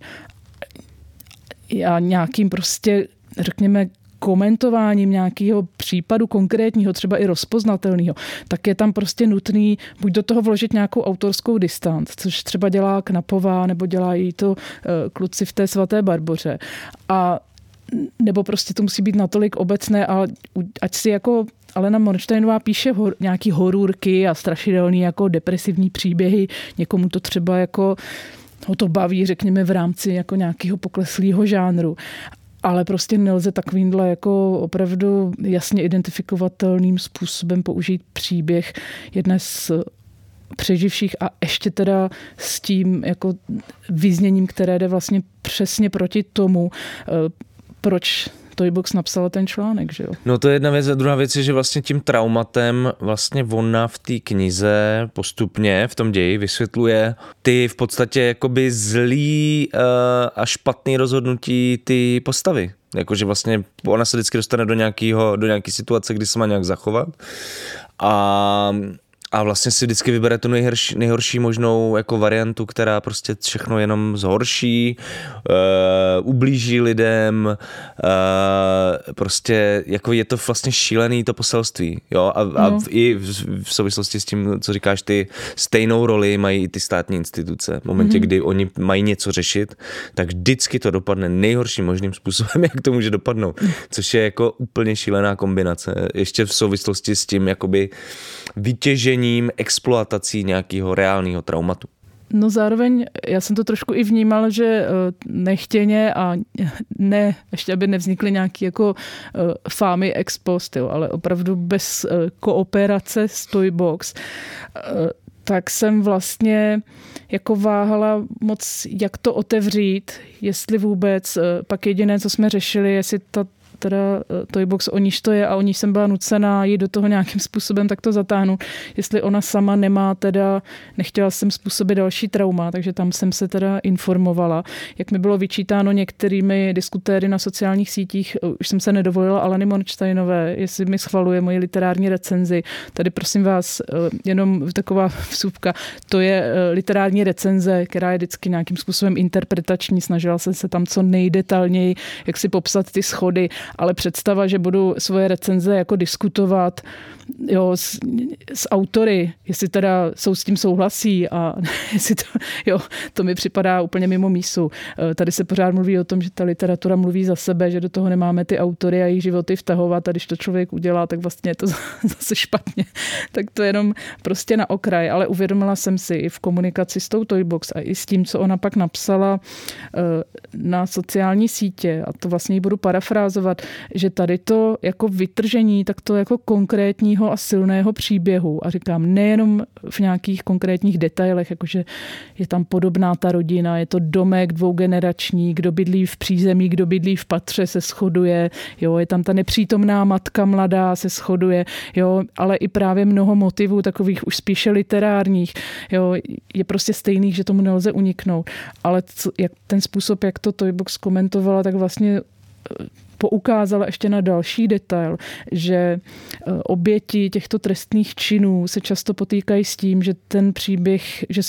a nějakým prostě, řekněme, komentováním nějakého případu konkrétního, třeba i rozpoznatelného, tak je tam prostě nutný buď do toho vložit nějakou autorskou distanc, což třeba dělá Knapová, nebo dělají to kluci v té Svaté Barboře. A nebo prostě to musí být natolik obecné, ale ať si jako Alena Monštejnová píše nějaký horůrky a strašidelný jako depresivní příběhy, někomu to třeba jako ho to baví, řekněme, v rámci jako nějakého pokleslého žánru. Ale prostě nelze takovýmhle jako opravdu jasně identifikovatelným způsobem použít příběh jedné z přeživších a ještě teda s tím jako vyzněním, které jde vlastně přesně proti tomu, proč Toybox napsala ten článek, že jo? No to je jedna věc a druhá věc je, že vlastně tím traumatem vlastně ona v té knize postupně v tom ději vysvětluje ty v podstatě jakoby zlý a špatný rozhodnutí ty postavy. Jakože vlastně ona se vždycky dostane do nějaký situace, kdy se má nějak zachovat a vlastně si vždycky vybere tu nejhorší možnou jako variantu, která prostě všechno jenom zhorší, ublíží lidem, prostě jako je to vlastně šílený to poselství. Jo? A i v souvislosti s tím, co říkáš ty, stejnou roli mají i ty státní instituce. V momentě, kdy oni mají něco řešit, tak vždycky to dopadne nejhorším možným způsobem, jak to může dopadnout. Což je jako úplně šílená kombinace. Ještě v souvislosti s tím jakoby vytěžením, exploatací nějakého reálného traumatu. No zároveň já jsem to trošku i vnímal, že nechtěně a ne, ještě aby nevznikly nějaký jako fámy ex post, jo, ale opravdu bez kooperace s Toybox, tak jsem vlastně jako váhala moc, jak to otevřít, jestli vůbec. Pak jediné, co jsme řešili, jestli teda Toybox, o níž to je a o níž jsem byla nucená jít do toho nějakým způsobem tak to zatáhnout. Jestli ona sama nemá teda, nechtěla jsem způsobit další trauma, takže tam jsem se teda informovala. Jak mi bylo vyčítáno některými diskutéry na sociálních sítích, už jsem se nedovolila Alany Monštejnové, jestli mi schvaluje moji literární recenzi. Tady prosím vás, jenom taková vsuvka, to je literární recenze, která je vždycky nějakým způsobem interpretační, snažila jsem se tam co nejdetailněji, jak si popsat ty schody, ale představa, že budu svoje recenze jako diskutovat s autory, jestli teda jsou s tím souhlasí a jestli to mi připadá úplně mimo mísu. Tady se pořád mluví o tom, že ta literatura mluví za sebe, že do toho nemáme ty autory a jejich životy vtahovat a když to člověk udělá, tak vlastně je to zase špatně. Tak to jenom prostě na okraj, ale uvědomila jsem si i v komunikaci s tou Toybox a i s tím, co ona pak napsala na sociální sítě, a to vlastně ji budu parafrázovat, že tady to jako vytržení, tak to jako konkrétního a silného příběhu. A říkám, nejenom v nějakých konkrétních detailech, jakože je tam podobná ta rodina, je to domek dvougenerační, kdo bydlí v přízemí, kdo bydlí v patře, se shoduje, jo, je tam ta nepřítomná matka mladá, se shoduje, jo, ale i právě mnoho motivů takových už spíše literárních, jo, je prostě stejných, že tomu nelze uniknout. Ale jak ten způsob, jak to Toybox komentovala, tak vlastně poukázala ještě na další detail, že oběti těchto trestných činů se často potýkají s tím, že ten příběh, že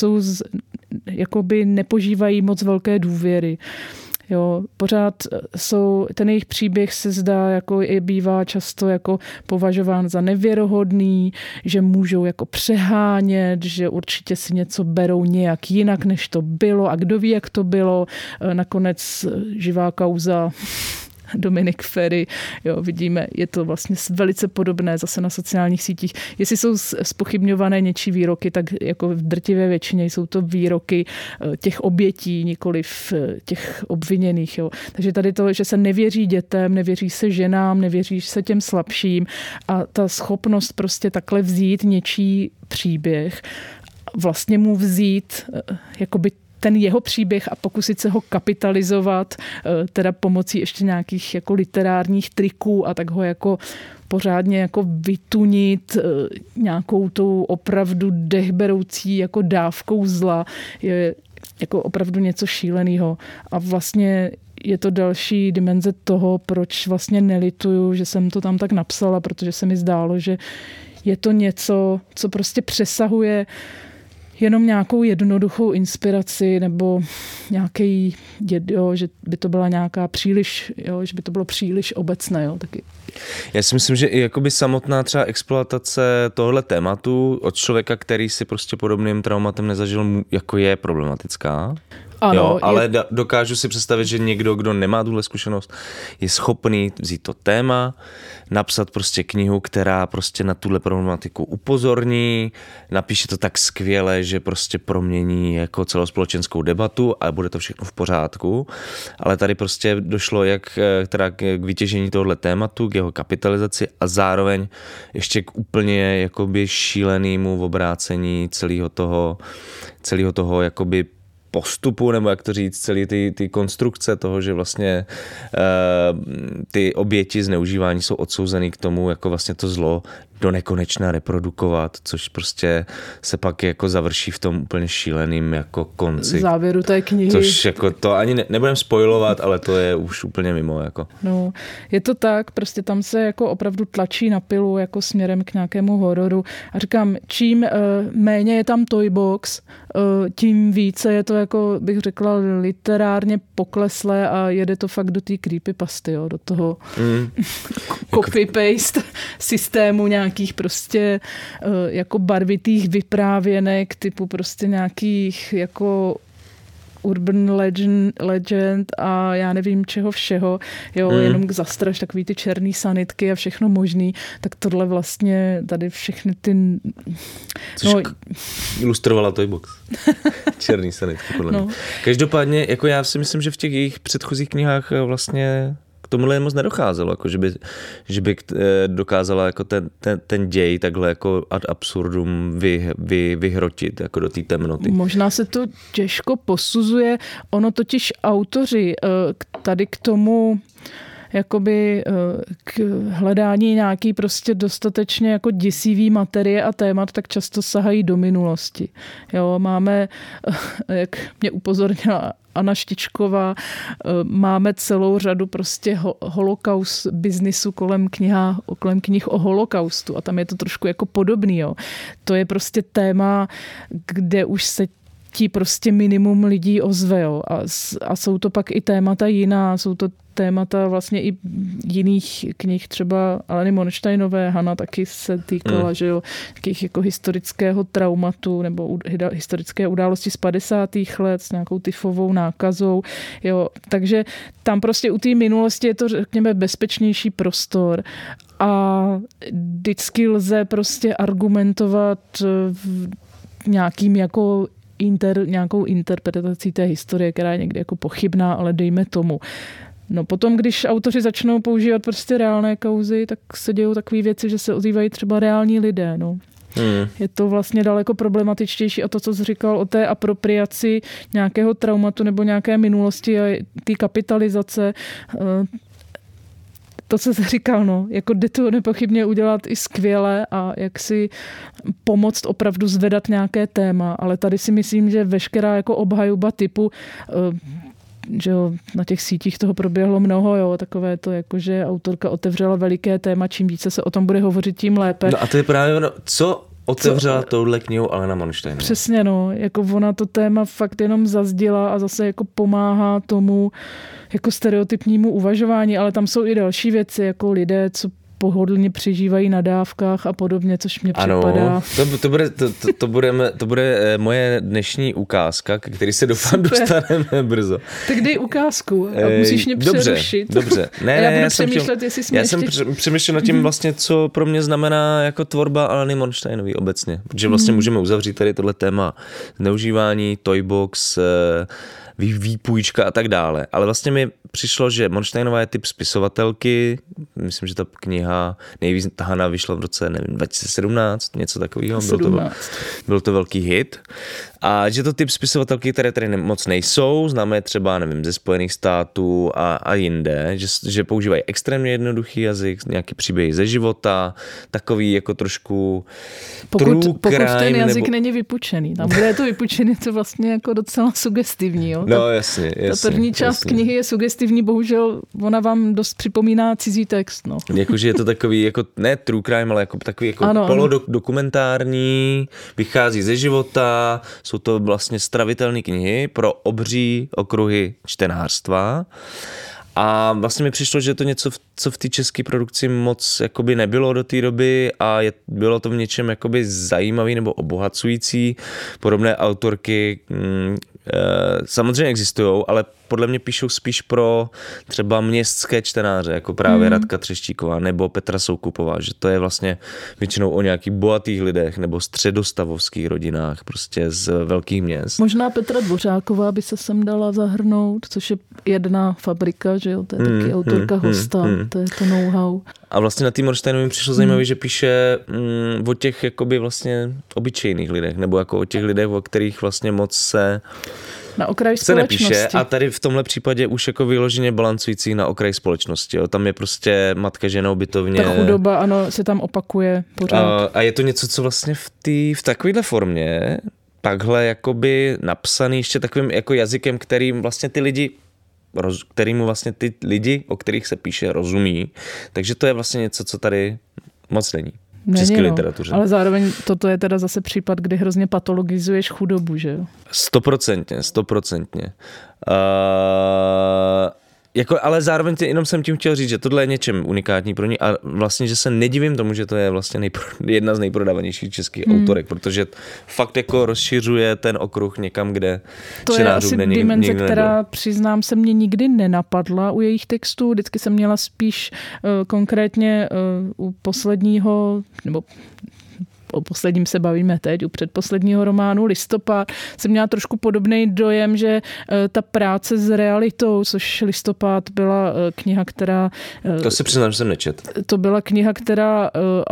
jakoby nepožívají moc velké důvěry. Jo, pořád ten jejich příběh se zdá, jako bývá často jako považován za nevěrohodný, že můžou jako přehánět, že určitě si něco berou nějak jinak, než to bylo a kdo ví, jak to bylo. Nakonec živá kauza Dominik Ferry, jo, vidíme, je to vlastně velice podobné zase na sociálních sítích. Jestli jsou zpochybňované něčí výroky, tak jako v drtivé většině jsou to výroky těch obětí, nikoliv těch obviněných. Jo. Takže tady to, že se nevěří dětem, nevěří se ženám, nevěří se těm slabším a ta schopnost prostě takhle vzít něčí příběh, vlastně mu vzít jakoby ten jeho příběh a pokusit se ho kapitalizovat, teda pomocí ještě nějakých jako literárních triků a tak ho jako pořádně jako vytunit nějakou tou opravdu dechberoucí jako dávkou zla, je jako opravdu něco šíleného. A vlastně je to další dimenze toho, proč vlastně nelituju, že jsem to tam tak napsala, protože se mi zdálo, že je to něco, co prostě přesahuje jenom nějakou jednoduchou inspiraci nebo nějaký, že by to byla nějaká příliš, že by to bylo příliš obecné. Taky. Já si myslím, že i jakoby samotná třeba exploatace tohle tématu od člověka, který si prostě podobným traumatem nezažil, jako je problematická. Ano, jo, ale dokážu si představit, že někdo, kdo nemá tuhle zkušenost, je schopný vzít to téma, napsat prostě knihu, která prostě na tuhle problematiku upozorní, napíše to tak skvěle, že prostě promění jako celospolečenskou debatu a bude to všechno v pořádku. Ale tady prostě došlo jak teda k vytěžení tohle tématu, k jeho kapitalizaci a zároveň ještě k úplně jakoby šílenému obrácení celého toho jakoby postupu, nebo jak to říct, celý ty konstrukce toho, že vlastně ty oběti zneužívání jsou odsouzený k tomu, jako vlastně to zlo do nekonečna reprodukovat, což prostě se pak jako završí v tom úplně šíleným jako konci. Závěru té knihy. Což jako to ani nebudem spoilovat, ale to je už úplně mimo. Jako. No, je to tak, prostě tam se jako opravdu tlačí na pilu jako směrem k nějakému hororu. A říkám, čím méně je tam Toybox, tím více je to jako, bych řekla, literárně pokleslé a jede to fakt do té creepypasty, do toho copy-paste systému nějakých prostě jako barvitých vyprávěnek typu prostě nějakých jako urban legend a já nevím čeho všeho, jo, jenom zastraš takový ty černý sanitky a všechno možný, tak tohle vlastně tady všechny ty... Což ilustrovala Toybox. Černý sanitky, podle mě. Každopádně, jako já si myslím, že v těch jejich předchozích knihách vlastně k tomuhle moc nedocházelo, jako že by dokázala jako ten děj takhle jako ad absurdum vyhrotit jako do té temnoty. Možná se to těžko posuzuje, ono totiž autoři tady k tomu jakoby k hledání nějaký prostě dostatečně jako děsivý materie a témat, tak často sahají do minulosti. Jo, máme, jak mě upozornila Anna Štičková, máme celou řadu prostě holokaust biznisu kolem knih o holokaustu a tam je to trošku jako podobný. Jo. To je prostě téma, kde už se ti prostě minimum lidí ozve. Jo. A jsou to pak i témata jiná, jsou to témata vlastně i jiných knih, třeba Aleny Monštejnové, Hana taky se týkala, že jo, takých jako historického traumatu nebo historické události z 50. let s nějakou tyfovou nákazou, jo, takže tam prostě u té minulosti je to, řekněme, bezpečnější prostor a vždycky lze prostě argumentovat nějakým jako nějakou interpretací té historie, která je někdy jako pochybná, ale dejme tomu. No potom, když autoři začnou používat prostě reálné kauzy, tak se dějou takové věci, že se ozývají třeba reální lidé. No. Je to vlastně daleko problematičtější a to, co jsi říkal o té apropriaci nějakého traumatu nebo nějaké minulosti a té kapitalizace, to, co jsi říkal, no, jako jde to nepochybně udělat i skvěle a jak si pomoct opravdu zvedat nějaké téma, ale tady si myslím, že veškerá jako obhajoba typu že jo, na těch sítích toho proběhlo mnoho, jo, takové to, jako, že autorka otevřela veliké téma, čím více se o tom bude hovořit, tím lépe. No a to je právě ono, co otevřela touhle knihou Alena Monštejnová. Přesně, no, jako ona to téma fakt jenom zazděla a zase jako pomáhá tomu jako stereotypnímu uvažování, ale tam jsou i další věci, jako lidé, co pohodlně přežívají na dávkách a podobně, což mě připadá. To bude moje dnešní ukázka, který se doufám dostaneme brzo. Tak dej ukázku a musíš mě přerušit. Dobře. Já budu přemýšlet, jestli jsme jsem přemýšlel nad tím vlastně, co pro mě znamená jako tvorba Aleny Monštejnové obecně. Protože vlastně můžeme uzavřít tady tohle téma zneužívání, Toybox, výpůjčka a tak dále. Ale vlastně mi přišlo, že Monštejnová je typ spisovatelky, myslím, že ta kniha nejvíc Hana vyšla v roce, nevím, 2017, něco takového, byl to velký hit. A že to typ spisovatelky, které tady moc nejsou, známe třeba, nevím, ze Spojených států a jinde, že používají extrémně jednoduchý jazyk, nějaký příběhy ze života, takový jako trošku pokud ten jazyk není vypučený. Tam, kde je to vypučený, to vlastně jako docela sugestivní. Jo? No jasně. Ta první část knihy je sugestivní, bohužel ona vám dost připomíná cizí text. No. Jakože je to takový, jako ne true crime, ale jako takový jako polodokumentární, vychází ze života, jsou to vlastně stravitelné knihy pro obří okruhy čtenářstva. A vlastně mi přišlo, že to něco, co v té české produkci moc jakoby nebylo do té doby a bylo to v něčem jakoby zajímavý nebo obohacující. Podobné autorky samozřejmě existují, ale podle mě píšou spíš pro třeba městské čtenáře, jako právě Radka Třeštíková nebo Petra Soukupová, že to je vlastně většinou o nějakých bohatých lidech nebo středostavovských rodinách, prostě z velkých měst. Možná Petra Dvořáková by se sem dala zahrnout, což je jedna fabrika, že jo, to je taky autorka hosta, to je to know-how. A vlastně na té Monštejnově mi přišlo zajímavé, že píše o těch jakoby vlastně obyčejných lidech, nebo jako o těch lidech, o kterých vlastně moc se na okraji společnosti. Nepíše a tady v tomhle případě už jako vyloženě balancující na okraji společnosti. Jo. Tam je prostě matka ženou bytovně. Ta chudoba, ano, se tam opakuje pořád. A je to něco, co vlastně v takovéhle formě takhle jakoby napsaný ještě takovým jako jazykem, kterým vlastně ty lidi, o kterých se píše, rozumí. Takže to je vlastně něco, co tady moc není. V české literatuře. Ale zároveň toto je teda zase případ, kdy hrozně patologizuješ chudobu, že jo? 100%. ale zároveň jenom jsem tím chtěl říct, že tohle je něčem unikátní pro ní a vlastně, že se nedivím tomu, že to je vlastně jedna z nejprodávanějších českých autorek, protože fakt jako rozšiřuje ten okruh někam, kde to je asi dimenze, která přiznám se mě nikdy nenapadla u jejich textů. Vždycky jsem měla spíš konkrétně u posledního, nebo o posledním se bavíme teď, u předposledního románu Listopad, jsem měla trošku podobný dojem, že ta práce s realitou, což Listopad byla kniha, která... To si přiznám, že jsem nečet. To byla kniha, která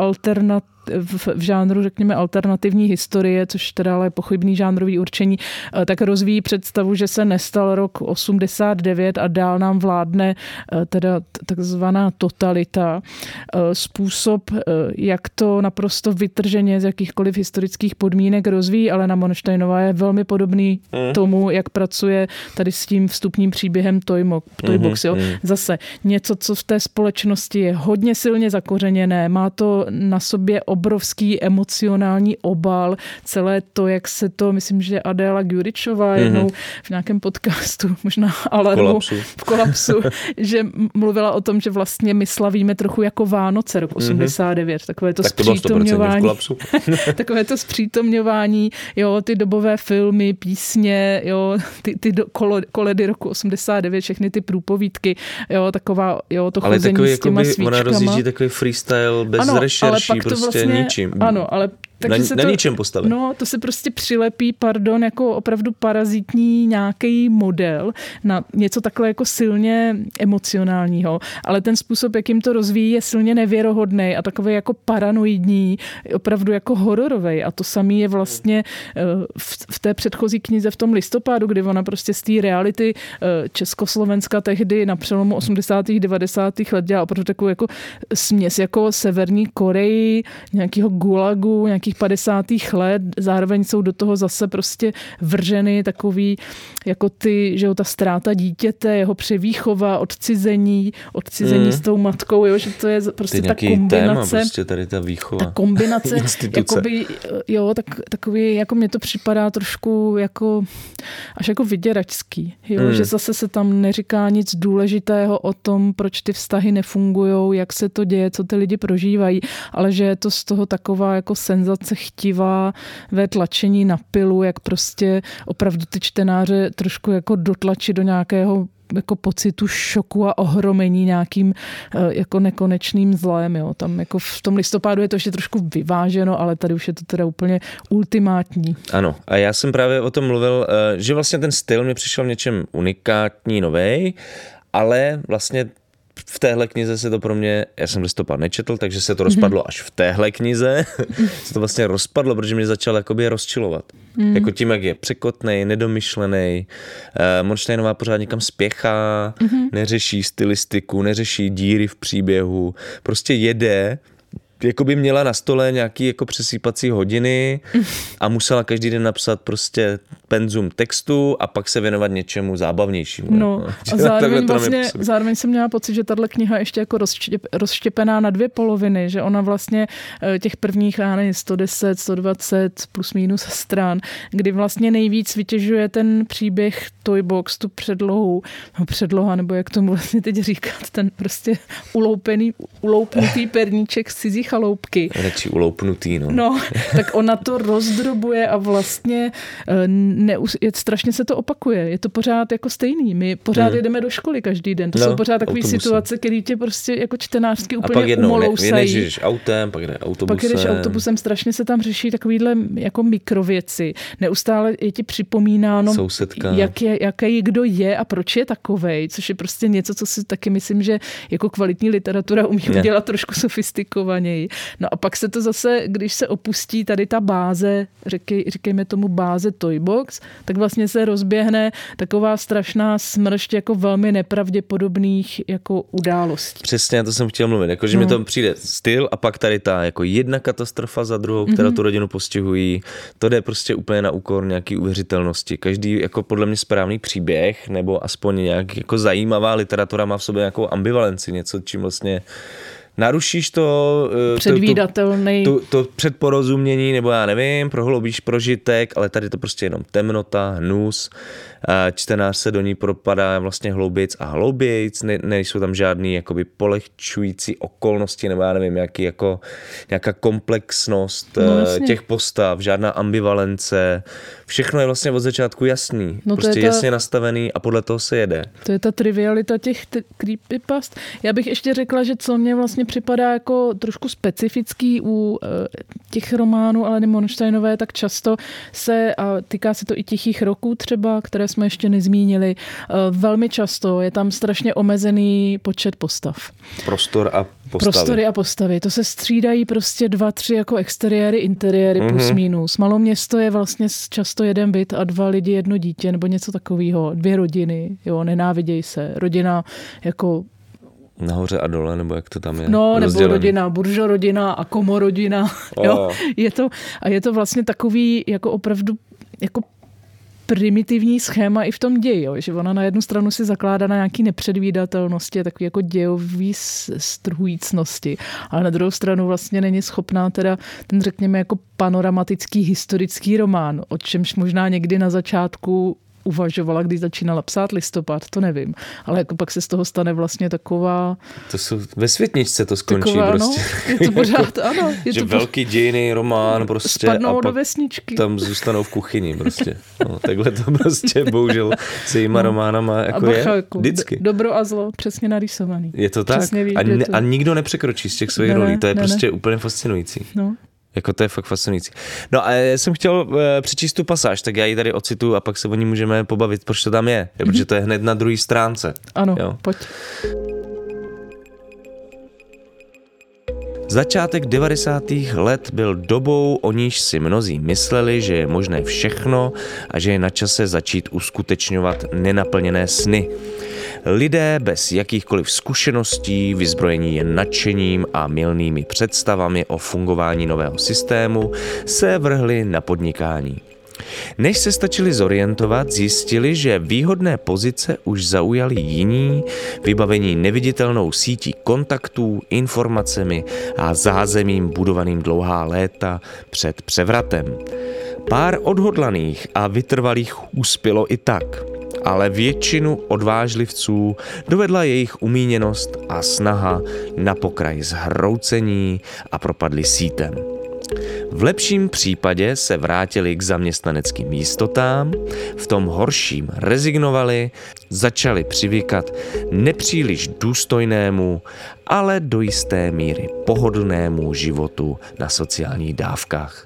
v žánru, řekněme, alternativní historie, což teda ale je pochybný žánrový určení, tak rozvíjí představu, že se nestal rok 89 a dál nám vládne teda takzvaná totalita. Způsob, jak to naprosto vytrženě z jakýchkoliv historických podmínek rozvíjí, ale Alena Monštejnová je velmi podobný tomu, jak pracuje tady s tím vstupním příběhem Toybox. Zase něco, co v té společnosti je hodně silně zakořeněné, má to na sobě obrovský emocionální obal, celé to, jak se to, myslím, že Adéla Gyuričová jednou v nějakém podcastu, možná Alarmu, v kolapsu, že mluvila o tom, že vlastně my slavíme trochu jako Vánoce rok 89, takové to zpřítomňování. Takové to zpřítomňování, jo, ty dobové filmy, písně, jo, ty koledy roku 89, všechny ty průpovídky, jo, taková, jo, to chození s těma svíčkama. Ona rozjíždí takový freestyle bez rešerší, prostě vlastně, ničím. Ano, ale takže na ničem postaven. No, to se prostě přilepí, jako opravdu parazitní nějaký model na něco takhle jako silně emocionálního, ale ten způsob, jakým to rozvíjí, je silně nevěrohodný a takový jako paranoidní, opravdu jako hororovej. A to samý je vlastně v té předchozí knize v tom Listopadu, kdy ona prostě z té reality Československa tehdy na přelomu 80. 90. let dělá opravdu takovou jako směs jako Severní Koreji, nějakého gulagu, nějakých 50. let, zároveň jsou do toho zase prostě vrženy takový jako ty, že jo, ta ztráta dítěte, jeho převýchova, odcizení s tou matkou, jo, že to je prostě ta kombinace. Téma, prostě tady ta výchova. Ta kombinace, jakoby, jo, takový, jako mně to připadá trošku jako, až jako vyděračský, jo, že zase se tam neříká nic důležitého o tom, proč ty vztahy nefungujou, jak se to děje, co ty lidi prožívají, ale že je to z toho taková jako senzace chtivá ve tlačení na pilu, jak prostě opravdu ty čtenáře trošku jako dotlačit do nějakého jako pocitu šoku a ohromení nějakým jako nekonečným zlem. Jo. Tam jako v tom Listopadu je to ještě trošku vyváženo, ale tady už je to teda úplně ultimátní. Ano, a já jsem právě o tom mluvil, že vlastně ten styl mě přišel v něčem unikátní, novej, ale vlastně v téhle knize se to pro mě, já jsem Listopad nečetl, takže se to rozpadlo až v téhle knize. Se to vlastně rozpadlo, protože mě začal jakoby rozčilovat. Jako tím, jak je překotnej, nedomyšlenej. Monštejnová pořád někam spěchá, neřeší stylistiku, neřeší díry v příběhu. Prostě jede, jako by měla na stole nějaký jako přesýpací hodiny a musela každý den napsat prostě penzum textu a pak se věnovat něčemu zábavnějšímu. No a zároveň jsem měla pocit, že tahle kniha ještě jako rozštěpená na dvě poloviny, že ona vlastně těch prvních, já nevím, 110, 120 plus minus stran, kdy vlastně nejvíc vytěžuje ten příběh Toybox, tu předloha, nebo jak tomu vlastně teď říkat, ten prostě uloupnutý perníček z cizí chaloupky. Radši uloupnutý, no. No, tak ona to rozdrobuje a vlastně strašně se to opakuje. Je to pořád jako stejný. My pořád jedeme do školy každý den. To jsou pořád takové situace, které tě prostě jako čtenářsky úplně umolousají. A pak jedeš autem, pak jde autobusem. Pak jdeš autobusem, strašně se tam řeší takovýhle jako mikrověci. Neustále je ti připomínáno, jaký kdo je a proč je takovej, což je prostě něco, co si taky myslím, že jako kvalitní literatura umí udělat trošku sofistikovaněji. No a pak se to zase, když se opustí tady ta báze, říkejme tomu báze Toybox, tak vlastně se rozběhne taková strašná smršť jako velmi nepravděpodobných jako událostí. Přesně, to jsem chtěl mluvit, jako, že mi to přijde styl a pak tady ta jako jedna katastrofa za druhou, která tu rodinu postihují, to jde prostě úplně na úkor nějaký uvěřitelnosti. Každý jako podle mě správný příběh nebo aspoň nějak jako zajímavá literatura má v sobě nějakou ambivalenci, něco, čím vlastně narušíš to předvídatelný. To předporozumění, nebo já nevím, prohloubíš prožitek, ale tady to prostě jenom temnota, hnus, čtenář se do ní propadá vlastně hloubějc a hloubějc, nejsou tam žádný jakoby polehčující okolnosti, nebo já nevím, nějaká komplexnost těch postav, žádná ambivalence, všechno je vlastně od začátku jasný, prostě jasně nastavený a podle toho se jede. To je ta trivialita těch creepypast. Já bych ještě řekla, že co mě vlastně připadá jako trošku specifický u těch románů Aleny Monštejnové, tak často a týká se to i Tichých roků třeba, které jsme ještě nezmínili, velmi často je tam strašně omezený počet postav. Prostory a postavy. To se střídají prostě 2-3 jako exteriéry, interiéry plus minus. Maloměsto je vlastně často jeden byt a 2 lidi, 1 dítě nebo něco takového. 2 rodiny, jo, nenáviděj se. Rodina jako nahoře a dole, nebo jak to tam je? No, nebo rodina, buržorodina a komorodina. Jo. Je to vlastně takový jako opravdu jako primitivní schéma i v tom ději, jo? Že ona na jednu stranu si zakládá na nějaký nepředvídatelnosti, takový jako dějový strhujícnosti, ale na druhou stranu vlastně není schopná teda ten, řekněme, jako panoramatický historický román, o čemž možná někdy na začátku uvažovala, když začínala psát Listopad, to nevím. Ale jako pak se z toho stane vlastně taková... To jsou, ve Světničce to skončí taková, prostě. No, je to pořád, ano. Je že to velký dějinný román prostě. Spadnou a do vesničky. Tam zůstanou v kuchyni prostě. No, takhle to prostě bohužel s jejíma románama jako je vždycky. Dobro a zlo, přesně narýsovaný. Je to tak? Víš, a nikdo nepřekročí z těch svých rolí. To je prostě úplně fascinující. No. Jako to je fakt fascinující. No a já jsem chtěl přečíst tu pasáž, tak já ji tady ocituju a pak se o ní můžeme pobavit, proč to tam je. Protože to je hned na druhé stránce. Ano, jo. Pojď. Začátek 90. let byl dobou, o níž si mnozí mysleli, že je možné všechno a že je na čase začít uskutečňovat nenaplněné sny. Lidé bez jakýchkoliv zkušeností, vyzbrojení jen nadšením a mylnými představami o fungování nového systému, se vrhli na podnikání. Než se stačili zorientovat, zjistili, že výhodné pozice už zaujali jiní, vybavení neviditelnou sítí kontaktů, informacemi a zázemím budovaným dlouhá léta před převratem. Pár odhodlaných a vytrvalých uspělo i tak, ale většinu odvážlivců dovedla jejich umíněnost a snaha na pokraj zhroucení a propadli sítem. V lepším případě se vrátili k zaměstnaneckým jistotám, v tom horším rezignovali, začali přivykat nepříliš důstojnému, ale do jisté míry pohodlnému životu na sociálních dávkách.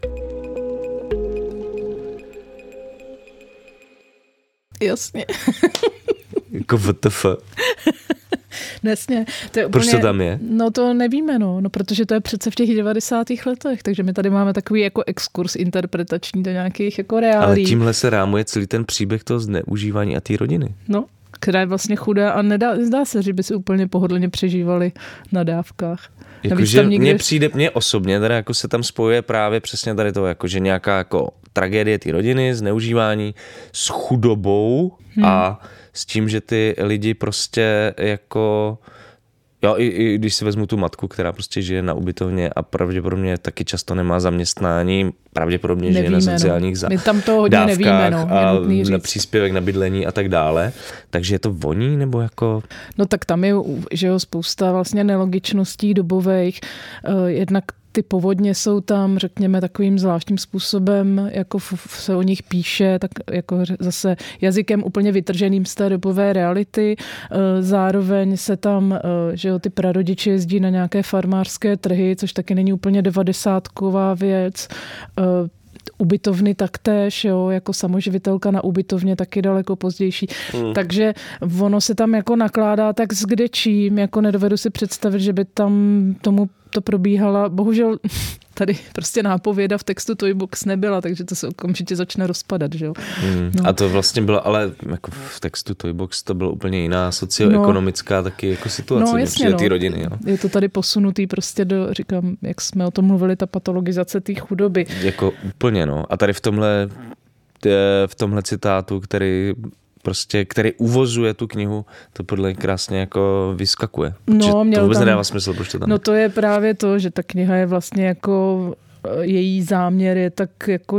Jasně. Jako WTF. Jasně. To je úplně, proč to tam je? No to nevíme, no, protože to je přece v těch 90. letech, takže my tady máme takový jako exkurs interpretační do nějakých jako reálí. Ale tímhle se rámuje celý ten příběh toho zneužívání a té rodiny. No, která je vlastně chudá a nezdá se, že by si úplně pohodlně přežívali na dávkách. Jakože mně osobně teda jako se tam spojuje právě přesně tady to, jakože nějaká jako tragédie té rodiny, zneužívání s chudobou a s tím, že ty lidi prostě jako... Jo, i když si vezmu tu matku, která prostě žije na ubytovně a pravděpodobně taky často nemá zaměstnání, pravděpodobně žije na sociálních My tam to hodně dávkách nevíme, no, a na příspěvek na bydlení a tak dále. Takže je to voní nebo jako... No tak tam je, že jo, spousta vlastně nelogičností dobových. Jednak ty povodně jsou tam, řekněme, takovým zvláštním způsobem, jako se o nich píše, tak jako zase jazykem úplně vytrženým z té dobové reality. Zároveň se tam, že jo, ty prarodiče jezdí na nějaké farmářské trhy, což taky není úplně 90ková věc. Ubytovny taktéž, jo, jako samoživitelka na ubytovně taky daleko pozdější. Takže ono se tam jako nakládá tak s kdečím, jako nedovedu si představit, že by tam tomu to probíhala. Bohužel tady prostě nápověda v textu Toybox nebyla, takže to se okamžitě začne rozpadat, že jo. No. A to vlastně bylo, ale jako v textu Toybox to bylo úplně jiná socioekonomická taky jako situace, jasně, té rodiny. Jo. Je to tady posunutý prostě do, říkám, jak jsme o tom mluvili, ta patologizace té chudoby. Jako úplně, no. A tady v tomhle citátu, který prostě, který uvozuje tu knihu, to podle mě krásně jako vyskakuje. No, to vůbec nedává smysl, proč to tam. No to je právě to, že ta kniha je vlastně jako, její záměr je tak jako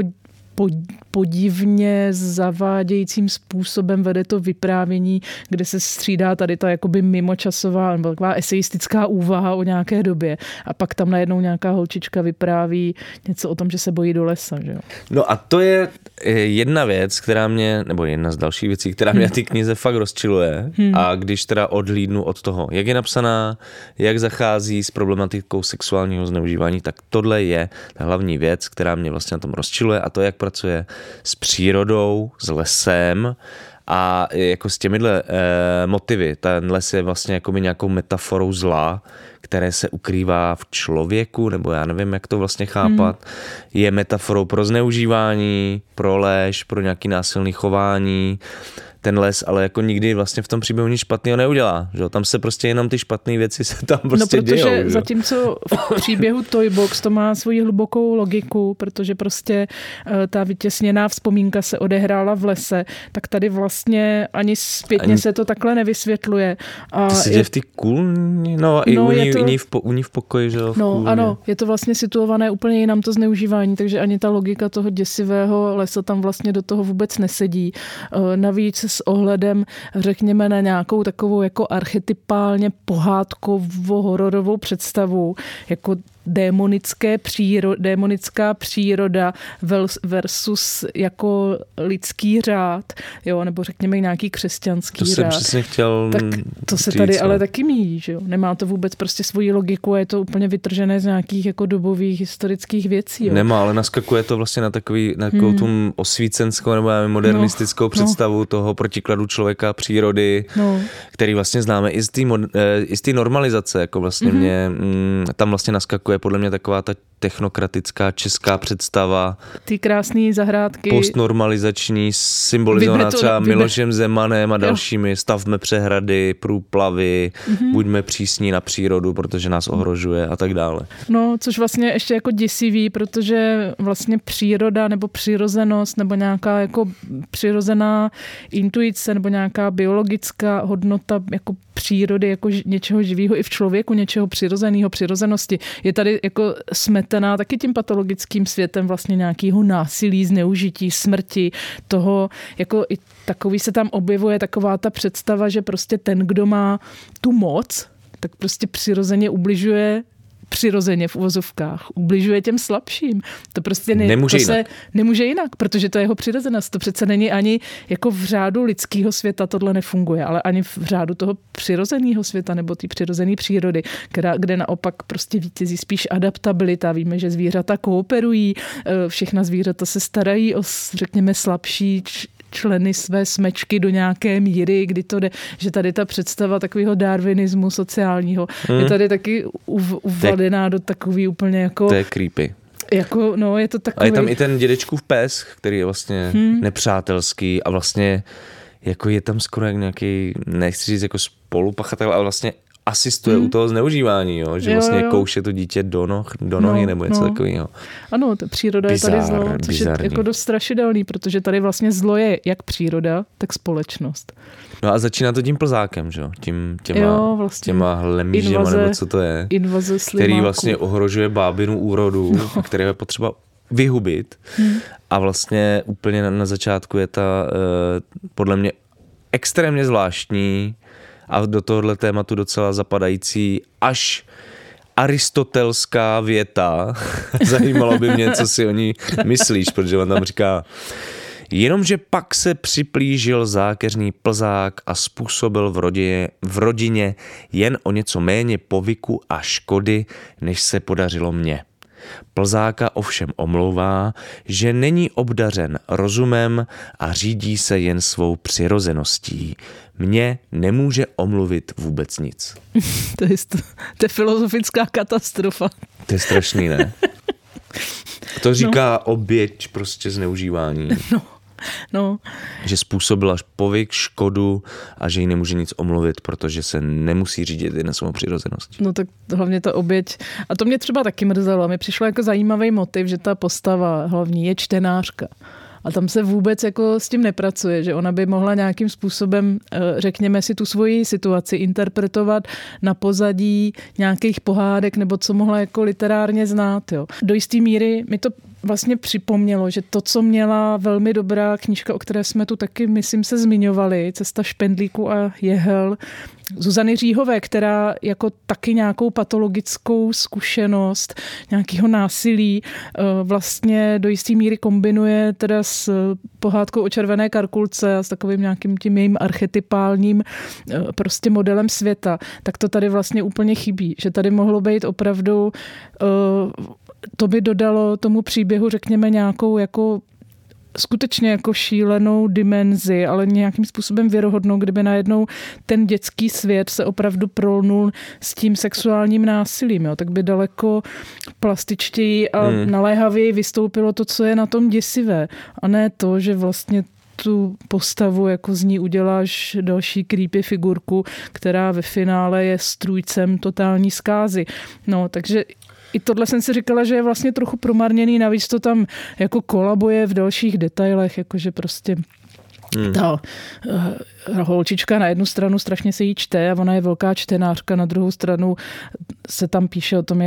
podivně zavádějícím způsobem vede to vyprávění, kde se střídá tady ta jakoby mimočasová nebo taková eseistická úvaha o nějaké době a pak tam najednou nějaká holčička vypráví něco o tom, že se bojí do lesa. Že jo? No a to je jedna věc, která mě, nebo jedna z dalších věcí, která mě ty knize fakt rozčiluje a když teda odhlídnu od toho, jak je napsaná, jak zachází s problematikou sexuálního zneužívání, tak tohle je ta hlavní věc, která mě vlastně na tom rozčiluje a to, jak pracuje s přírodou, s lesem a jako s těmihle motivy. Ten les je vlastně jako nějakou metaforou zla, které se ukrývá v člověku, nebo já nevím, jak to vlastně chápat. Je metaforou pro zneužívání, pro lež, pro nějaký násilný chování. Ten les ale jako nikdy vlastně v tom příběhu nic špatného neudělá. Že? Tam se prostě jenom ty špatné věci se tam prostě dějou. No protože zatímco v příběhu Toybox to má svoji hlubokou logiku, protože prostě ta vytěsněná vzpomínka se odehrála v lese, tak tady vlastně ani zpětně se to takhle nevysvětluje. A to se děje v té kůlni? No a i u ní v pokoji, že jo? No ano, je to vlastně situované úplně jinam to zneužívání, takže ani ta logika toho děsivého lesa tam vlastně do toho vůbec nesedí. Navíc s ohledem, řekněme, na nějakou takovou jako archetypálně pohádkovou hororovou představu, jako démonická příroda versus jako lidský řád, jo, nebo řekněme nějaký křesťanský řád. To jsem přesně chtěl tak to se tady ale taky míjí, že jo. Nemá to vůbec prostě svoji logiku a je to úplně vytržené z nějakých jako dobových historických věcí. Jo. Nemá, ale naskakuje to vlastně na takovou tu osvícenskou nebo modernistickou představu toho protikladu člověka a přírody, který vlastně známe i z té normalizace, jako vlastně mě tam vlastně naskakuje podle mě taková ta technokratická česká představa. Ty krásné zahrádky. Postnormalizační, symbolizovaná třeba Milošem Zemanem a dalšími. Stavme přehrady, průplavy, buďme přísní na přírodu, protože nás ohrožuje a tak dále. No, což vlastně ještě jako děsivý, protože vlastně příroda nebo přirozenost nebo nějaká jako přirozená intuice nebo nějaká biologická hodnota jako přírody, jako něčeho živého i v člověku, něčeho přirozeného, přirozenosti. Je tady jako smetená taky tím patologickým světem vlastně nějakého násilí, zneužití, smrti, toho, jako i takový se tam objevuje taková ta představa, že prostě ten, kdo má tu moc, tak prostě přirozeně ubližuje přirozeně v uvozovkách. Ubližuje těm slabším. To prostě nemůže jinak, protože to je jeho přirozenost. To přece není ani jako v řádu lidského světa tohle nefunguje, ale ani v řádu toho přirozeného světa nebo té přirozené přírody, kde naopak prostě vítězí spíš adaptabilita. Víme, že zvířata kooperují, všechna zvířata se starají o, řekněme, slabší členy své smečky do nějaké míry, kdy to jde, že tady ta představa takového darwinismu sociálního je tady taky uvalená do takový úplně jako... To je creepy. Jako, no, je to takový... A je tam i ten dědečkův pes, který je vlastně nepřátelský a vlastně jako je tam skoro jak nějaký, nechci říct jako spolupachatel, ale vlastně asistuje u toho zneužívání, jo? Že vlastně kouše to dítě do nohy nebo něco takového. Ano, ta příroda je tady zlo, což je jako dost strašidelný, protože tady vlastně zlo je jak příroda, tak společnost. No a začíná to tím plzákem, že jo? Těma hlemížema, nebo co to je. Invaze slimáků. Který vlastně ohrožuje bábinu úrodu, který je potřeba vyhubit. A vlastně úplně na začátku je ta podle mě extrémně zvláštní a do tohohle tématu docela zapadající až aristotelská věta. Zajímalo by mě, co si o ní myslíš, protože on tam říká: jenomže pak se připlížil zákeřný plzák a způsobil v rodině jen o něco méně povyku a škody, než se podařilo mně. Plzáka ovšem omlouvá, že není obdařen rozumem a řídí se jen svou přirozeností. Mně nemůže omluvit vůbec nic. To je filozofická katastrofa. To je strašný, ne? To říká oběť prostě zneužívání. No. Že způsobil až povyk, škodu a že jí nemůže nic omluvit, protože se nemusí řídit i na svou přirozenost. No tak hlavně ta oběť. A to mě třeba taky mrzelo. Mi přišlo jako zajímavý motiv, že ta postava hlavní je čtenářka. A tam se vůbec jako s tím nepracuje, že ona by mohla nějakým způsobem, řekněme si, tu svoji situaci interpretovat na pozadí nějakých pohádek nebo co mohla jako literárně znát. Jo. Do jisté míry mi to vlastně připomnělo, že to, co měla velmi dobrá knížka, o které jsme tu taky, myslím, se zmiňovali, Cesta špendlíků a jehel, Zuzany Říhové, která jako taky nějakou patologickou zkušenost nějakého násilí vlastně do jisté míry kombinuje teda s pohádkou o červené karkulce a s takovým nějakým tím jejím archetypálním prostě modelem světa, tak to tady vlastně úplně chybí. Že tady mohlo být opravdu, to by dodalo tomu příběhu, řekněme, nějakou jako skutečně jako šílenou dimenzi, ale nějakým způsobem věrohodnou, kdyby najednou ten dětský svět se opravdu prolnul s tím sexuálním násilím. Jo. Tak by daleko plastičtěji a naléhavěji vystoupilo to, co je na tom děsivé. A ne to, že vlastně tu postavu jako z ní uděláš další creepy figurku, která ve finále je strůjcem totální zkázy. No, takže i tohle jsem si říkala, že je vlastně trochu promarněný, navíc to tam jako kolabuje v dalších detailech, jakože prostě ta holčička na jednu stranu strašně se jí čte a ona je velká čtenářka, na druhou stranu se tam píše o tom,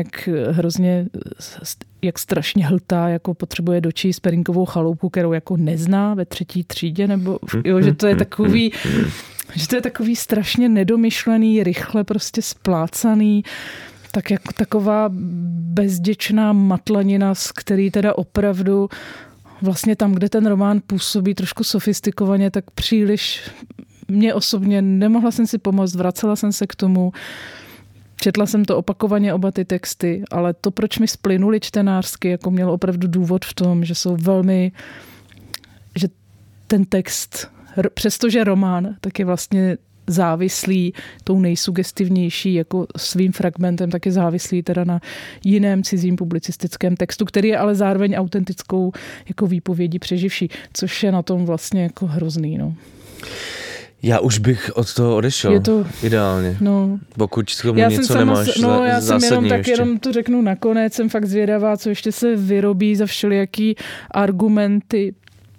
jak strašně hltá, jako potřebuje dočíst Perínkovou chaloupku, kterou jako nezná ve 3. třídě, nebo jo, že to je takový, že to je takový strašně nedomyšlený, rychle prostě splácaný, tak jako taková bezděčná matlanina, z který teda opravdu vlastně tam, kde ten román působí trošku sofistikovaně, tak příliš mě osobně nemohla jsem si pomoct, vracela jsem se k tomu, četla jsem to opakovaně oba ty texty, ale to, proč mi splynuly čtenářsky, jako mělo opravdu důvod v tom, že jsou velmi, že ten text, přestože román, tak je vlastně závislý tou nejsugestivnější jako svým fragmentem, tak je závislý teda na jiném cizím publicistickém textu, který je ale zároveň autentickou jako výpovědí přeživší, což je na tom vlastně jako hrozný. No. Já už bych od toho odešel. Je to ideálně. No. Pokud k tomu něco nemáš já jsem jenom to řeknu nakonec, jsem fakt zvědavá, co ještě se vyrobí za všelijaký argumenty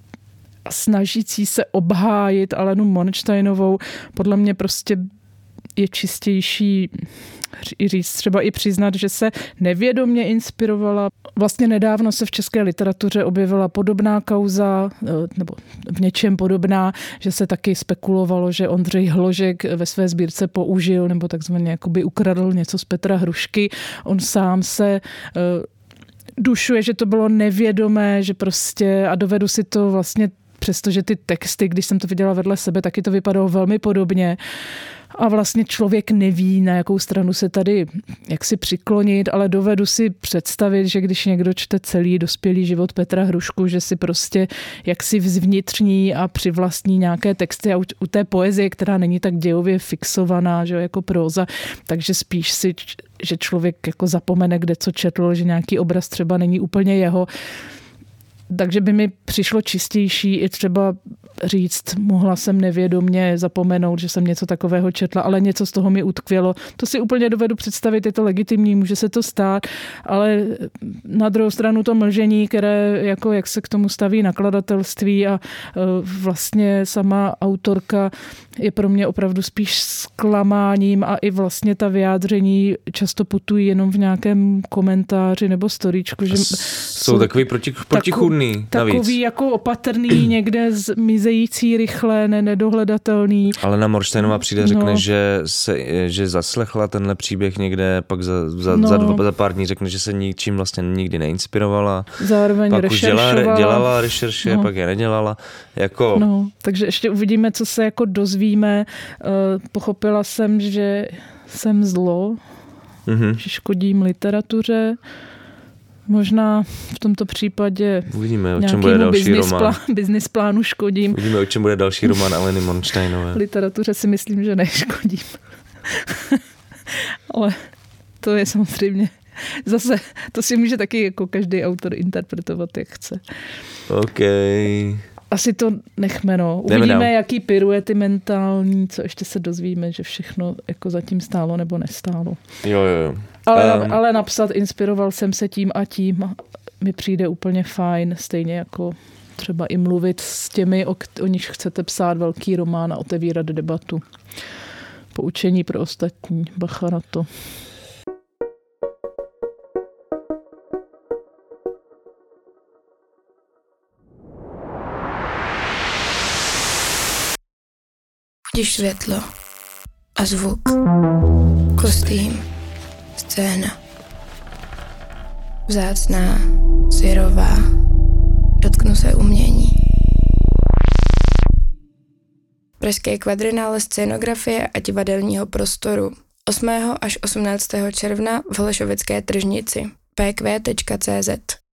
snažící se obhájit Alenu Monštejnovou. Podle mě prostě je čistější říct, třeba i přiznat, že se nevědomě inspirovala. Vlastně nedávno se v české literatuře objevila podobná kauza, nebo v něčem podobná, že se taky spekulovalo, že Ondřej Hložek ve své sbírce použil nebo takzvaně jakoby ukradl něco z Petra Hrušky. On sám se dušuje, že to bylo nevědomé, že prostě, a dovedu si to vlastně, přestože ty texty, když jsem to viděla vedle sebe, taky to vypadalo velmi podobně. A vlastně člověk neví, na jakou stranu se tady jak si přiklonit, ale dovedu si představit, že když někdo čte celý dospělý život Petra Hrušku, že si prostě jak si zvnitřní a přivlastní nějaké texty a u té poezie, která není tak dějově fixovaná, že jako próza, takže spíš si, že člověk jako zapomene, kde co četl, že nějaký obraz třeba není úplně jeho. Takže by mi přišlo čistější i třeba říct, mohla jsem nevědomě zapomenout, že jsem něco takového četla, ale něco z toho mi utkvělo. To si úplně dovedu představit, je to legitimní, může se to stát, ale na druhou stranu to mlžení, které jako jak se k tomu staví nakladatelství a vlastně sama autorka je pro mě opravdu spíš zklamáním a i vlastně ta vyjádření často putují jenom v nějakém komentáři nebo storíčku. Že jsou takový protichůdný. Takový jako opatrný, někde zmizející rychle, nedohledatelný. Alena Monštejnová přijde, řekne, že zaslechla tenhle příběh někde, pak za pár dní řekne, že se ničím vlastně nikdy neinspirovala. Zároveň pak rešeršovala. Už dělala rešerše, pak je nedělala. Takže ještě uvidíme, co se jako dozvíme. Pochopila jsem, že jsem zlo, že škodím literatuře. Možná v tomto případě uvidíme, o čem bude další román. Business plánu škodím. Uvidíme, o čem bude další román Aleny Monštejnové. Literatuře si myslím, že neškodím. Ale to je samozřejmě zase, to si může taky jako každý autor interpretovat, jak chce. OK. Asi to nechme, no. Uvidíme, jaký piruety mentální, co ještě se dozvíme, že všechno jako zatím stálo nebo nestálo. Jo. Ale napsat, inspiroval jsem se tím a tím, mi přijde úplně fajn, stejně jako třeba i mluvit s těmi, o nich chcete psát velký román a otevírat debatu. Poučení pro ostatní. Bacha na to. Budíš světlo a zvuk, kostým, scéna, vzácná, syrová, dotknu se umění. Pražské kvadrinále scénografie a divadelního prostoru 8. až 18. června v Holešovické tržnici pq.cz.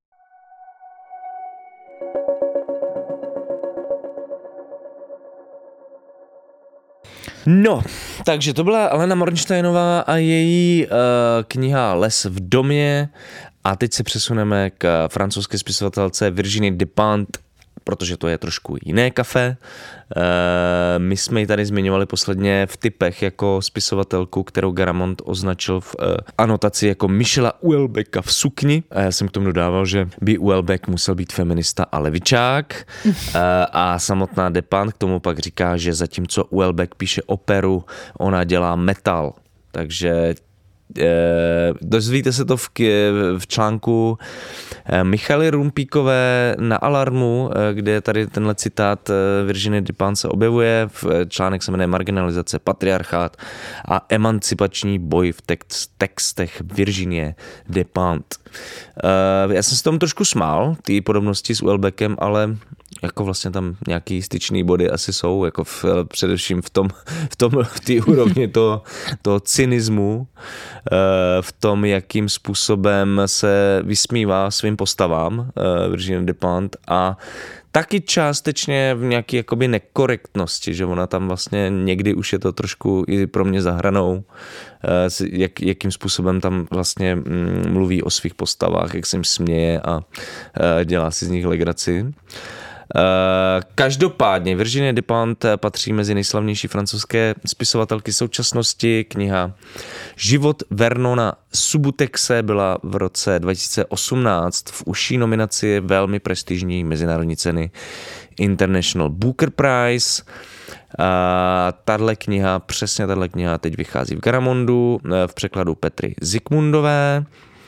No, takže to byla Alena Mornsteinová a její kniha Les v domě a teď se přesuneme k francouzské spisovatelce Virginie Despentes, protože to je trošku jiné kafe. My jsme ji tady zmiňovali posledně v tipech jako spisovatelku, kterou Garamond označil v anotaci jako Michela Houellebecqa v sukni. A já jsem k tomu dodával, že by Houellebecq musel být feminista a levičák. A samotná Despentes k tomu pak říká, že zatímco Houellebecq píše operu, ona dělá metal. Takže dozvíte se to v článku Michaly Rumpíkové na Alarmu, kde tady tenhle citát Virginie Despentes se objevuje. Článek se jmenuje Marginalizace, patriarchát a emancipační boj v textech Virginie Despentes. Já jsem se tomu trošku smál, ty podobnosti s Houellebecqem, ale jako vlastně tam nějaký styčný body asi jsou, jako především v té úrovni toho cynismu, v tom, jakým způsobem se vysmívá svým postavám Virginie Despentes a taky částečně v nějaké jakoby nekorektnosti, že ona tam vlastně někdy už je to trošku i pro mě za hranou, jakým způsobem tam vlastně mluví o svých postavách, jak se jim směje a dělá si z nich legraci. Každopádně Virginie Despentes patří mezi nejslavnější francouzské spisovatelky současnosti. Kniha Život Vernona Subutexe byla v roce 2018 v užší nominaci velmi prestižní mezinárodní ceny International Booker Prize. Přesně tahle kniha teď vychází v Garamondu v překladu Petry Zikmundové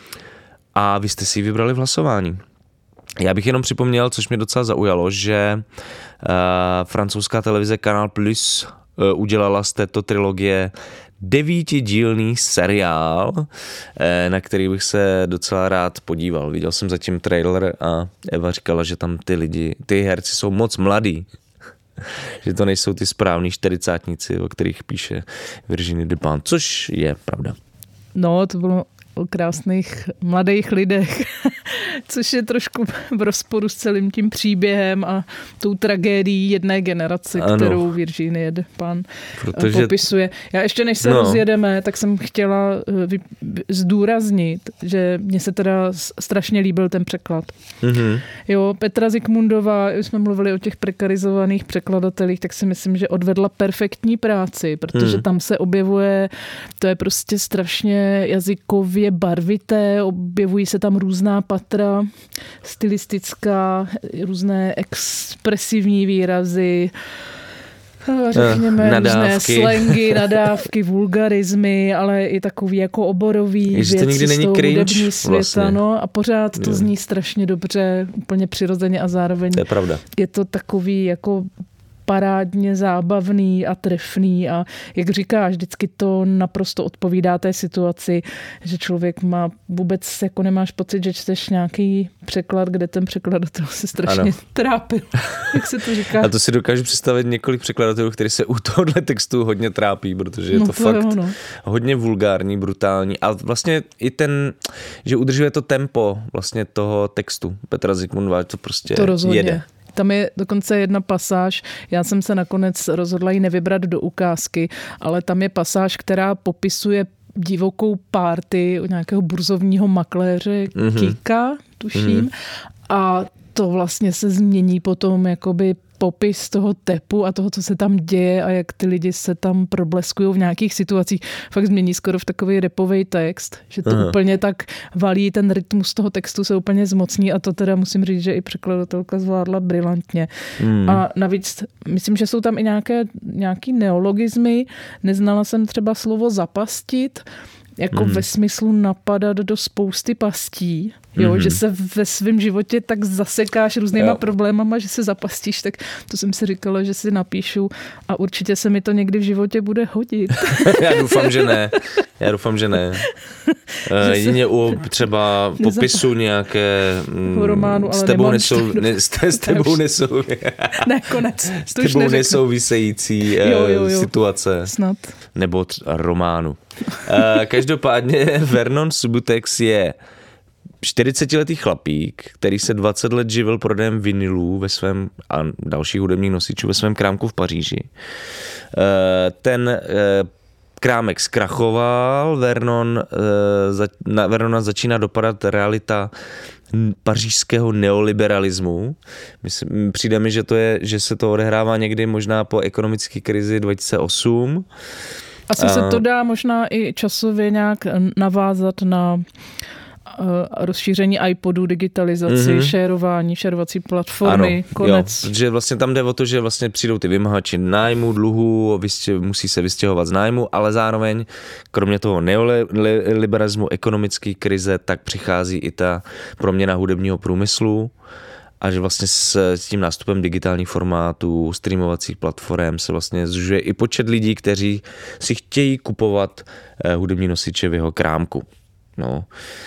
a vy jste si ji vybrali v hlasování. Já bych jenom připomněl, což mě docela zaujalo, že francouzská televize Canal Plus udělala z této trilogie 9dílný seriál, na který bych se docela rád podíval. Viděl jsem zatím trailer a Eva říkala, že tam ty herci jsou moc mladí. Že to nejsou ty správní 40tníci, o kterých píše Virginie Despentes, což je pravda. No, to bylo o krásných mladých lidech, což je trošku v rozporu s celým tím příběhem a tou tragédií jedné generace, kterou Virginie Despentes popisuje. Já ještě než se rozjedeme, tak jsem chtěla zdůraznit, že mně se teda strašně líbil ten překlad. Mm-hmm. Jo, Petra Zikmundová, když jsme mluvili o těch prekarizovaných překladatelích, tak si myslím, že odvedla perfektní práci, protože tam se objevuje, to je prostě strašně jazykově barvité, objevují se tam různá patra, stylistická, různé expresivní výrazy, řekněme, různé slangy, nadávky, vulgarizmy, ale i takový jako oborový věci z toho hudební světa. Vlastně. No, a pořád to zní strašně dobře, úplně přirozeně a zároveň to je pravda. Je to takový jako parádně zábavný a trefný a jak říkáš, vždycky to naprosto odpovídá té situaci, že člověk má vůbec jako nemáš pocit, že čteš nějaký překlad, kde ten překladatel se strašně trápil, jak se to říká. A to si dokážu představit několik překladatelů, kteří se u tohohle textu hodně trápí, protože je to fakt hodně vulgární, brutální a vlastně i že udržuje to tempo vlastně toho textu Petra Zikmundová, to prostě jede. Tam je dokonce jedna pasáž, já jsem se nakonec rozhodla ji nevybrat do ukázky, ale tam je pasáž, která popisuje divokou párty nějakého burzovního makléře Kika, tuším. A to vlastně se změní potom jakoby popis toho tepu a toho, co se tam děje a jak ty lidi se tam probleskují v nějakých situacích. Fakt změní skoro v takový rapový text, že to úplně tak valí, ten rytmus toho textu se úplně zmocní a to teda musím říct, že i překladatelka zvládla brilantně. A navíc myslím, že jsou tam i nějaký neologismy. Neznala jsem třeba slovo zapastit, jako ve smyslu napadat do spousty pastí, jo, že se ve svém životě tak zasekáš různýma problémama, že se zapastíš, tak to jsem si říkala, že si napíšu a určitě se mi to někdy v životě bude hodit. Já doufám, že ne. Jedině u třeba popisu nějaké románu, ale s tebou nesouvisející situace. Snad. Nebo románu. Každopádně Vernon Subutex je 40letý chlapík, který se 20 let živil prodejem vinylů ve svém a dalších hudebních nosičů ve svém krámku v Paříži. Ten krámek zkrachoval, Vernona začíná dopadat realita pařížského neoliberalismu. Přijde mi, že se to odehrává někdy možná po ekonomické krizi 2008. Asi se to dá možná i časově nějak navázat na rozšíření iPodů, digitalizaci, šerovací platformy, konec. Jo, že vlastně tam jde o to, že vlastně přijdou ty vymahači nájmu, dluhů, musí se vystěhovat z nájmu, ale zároveň, kromě toho neoliberalismu, ekonomické krize, tak přichází i ta proměna hudebního průmyslu a že vlastně s tím nástupem digitálních formátů, streamovacích platform se vlastně zužuje i počet lidí, kteří si chtějí kupovat hudební nosiče v jeho krámku. No.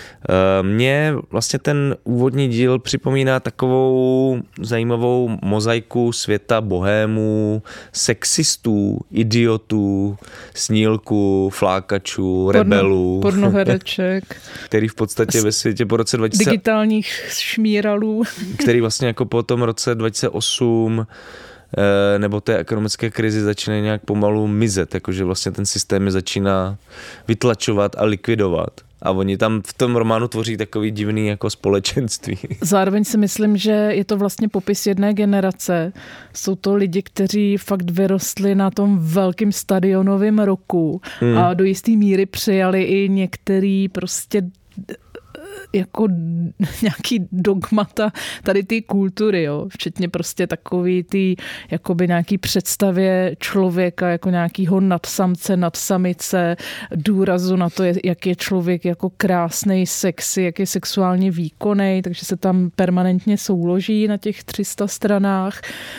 Mně vlastně ten úvodní díl připomíná takovou zajímavou mozaiku světa bohémů, sexistů, idiotů, snílků, flákačů, rebelů. Pornohereček. Který v podstatě ve světě po roce 2000... digitálních šmíralů. Který vlastně jako po tom roce 2008 nebo té ekonomické krizi začínají nějak pomalu mizet, jakože vlastně ten systém je začíná vytlačovat a likvidovat. A oni tam v tom románu tvoří takový divný jako společenství. Zároveň si myslím, že je to vlastně popis jedné generace. Jsou to lidi, kteří fakt vyrostli na tom velkým stadionovém roku a do jisté míry přijali i některý prostě jako nějaký dogmata tady ty kultury, jo. Včetně prostě takový ty jakoby nějaký představě člověka jako nějakýho nadsamce, nadsamice, důrazu na to, jak je člověk jako krásnej, sexy, jak je sexuálně výkonný, takže se tam permanentně souloží na těch 300 stranách.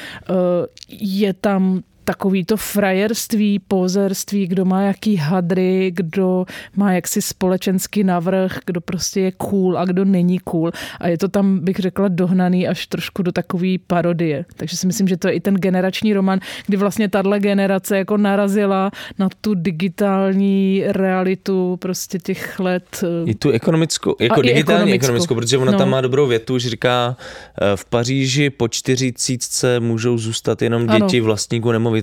Je tam takový to frajerství, pózerství, kdo má jaký hadry, kdo má jaksi společenský navrch, kdo prostě je cool a kdo není cool. A je to tam, bych řekla, dohnaný až trošku do takový parodie. Takže si myslím, že to je i ten generační román, kdy vlastně tahle generace jako narazila na tu digitální realitu prostě těch let. I tu ekonomickou, jako digitální ekonomickou, protože ona tam má dobrou větu, že říká, v Paříži po 40 můžou zůstat jenom děti vlastníků nemovitostí.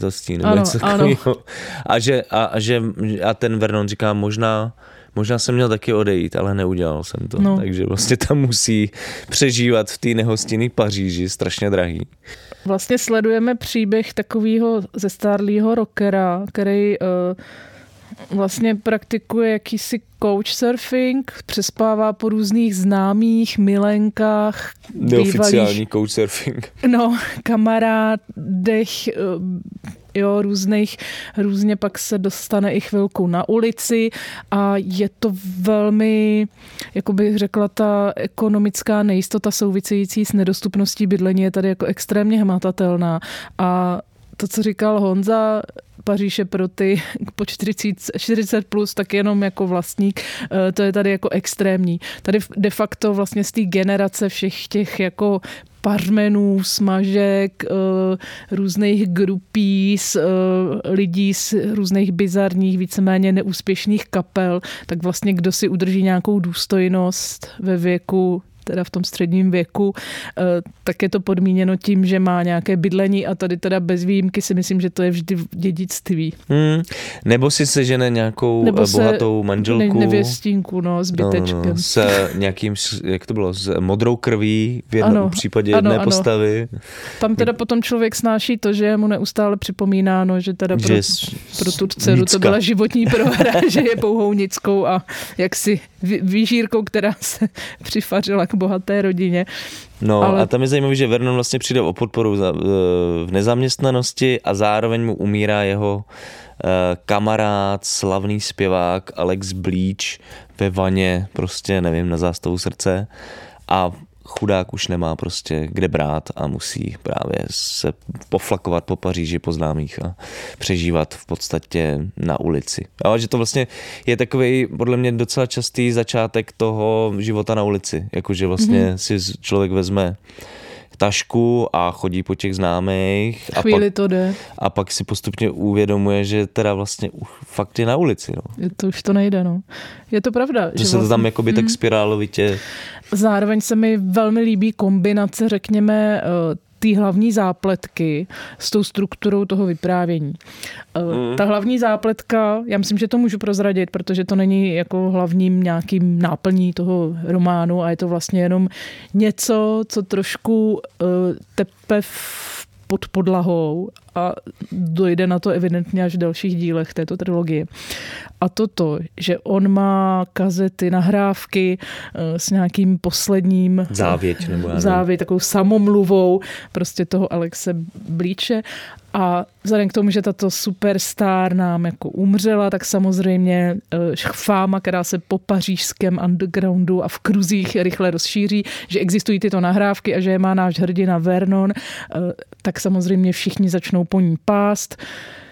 A ten Vernon říká, možná jsem měl taky odejít, ale neudělal jsem to. No. Takže vlastně tam musí přežívat v té nehostinné Paříži, strašně drahý. Vlastně sledujeme příběh takového zestárlýho rockera, který vlastně praktikuje jakýsi couchsurfing, přespává po různých známých, milenkách. Neoficiální couchsurfing. No, kamarádech, jo, různě pak se dostane i chvilku na ulici a je to velmi, jako bych řekla, ta ekonomická nejistota související s nedostupností bydlení je tady jako extrémně hmatatelná a to, co říkal Honza, Paříž je pro ty po 40 plus tak jenom jako vlastník, to je tady jako extrémní. Tady de facto vlastně z té generace všech těch jako parmenů, smažek, různých grupís, lidí z různých bizarních, víceméně neúspěšných kapel, tak vlastně kdo si udrží nějakou důstojnost ve věku teda v tom středním věku, tak je to podmíněno tím, že má nějaké bydlení a tady teda bez výjimky si myslím, že to je vždy dědictví. Nebo si sežene nějakou bohatou manželku. Nevěstínku, zbytečkem. No, s nějakým, jak to bylo, s modrou krví v jednom případě jedné postavy. Tam teda potom člověk snáší to, že mu neustále připomínáno, že teda pro tu dceru to byla životní prohra, že je pouhou nickou a jaksi výžírkou, která se přifařila k bohaté rodině. No ale... a tam je zajímavé, že Vernon vlastně přijde o podporu v nezaměstnanosti a zároveň mu umírá jeho kamarád, slavný zpěvák Alex Bleach ve vaně, prostě nevím, na zástavu srdce a chudák už nemá prostě kde brát a musí právě se poflakovat po Paříži, po známých a přežívat v podstatě na ulici. Ale že to vlastně je takový podle mě docela častý začátek toho života na ulici, jakože vlastně si člověk vezme tašku a chodí po těch známých. Chvíli to jde. A pak si postupně uvědomuje, že teda vlastně fakt je na ulici. No. To už to nejde, no. Je to pravda. Že se to tam jakoby tak spirálovitě... Zároveň se mi velmi líbí kombinace, řekněme, té hlavní zápletky s tou strukturou toho vyprávění. Ta hlavní zápletka, já myslím, že to můžu prozradit, protože to není jako hlavním nějakým náplní toho románu a je to vlastně jenom něco, co trošku tepe pod podlahou a dojde na to evidentně až v dalších dílech této trilogie. A to, že on má kazety, nahrávky s nějakým posledním závěť, takovou samomluvou prostě toho Alexe Bleache a vzhledem k tomu, že tato superstar nám jako umřela, tak samozřejmě fáma, která se po pařížském undergroundu a v kruzích rychle rozšíří, že existují tyto nahrávky a že je má náš hrdina Vernon, tak samozřejmě všichni začnou po ní pást.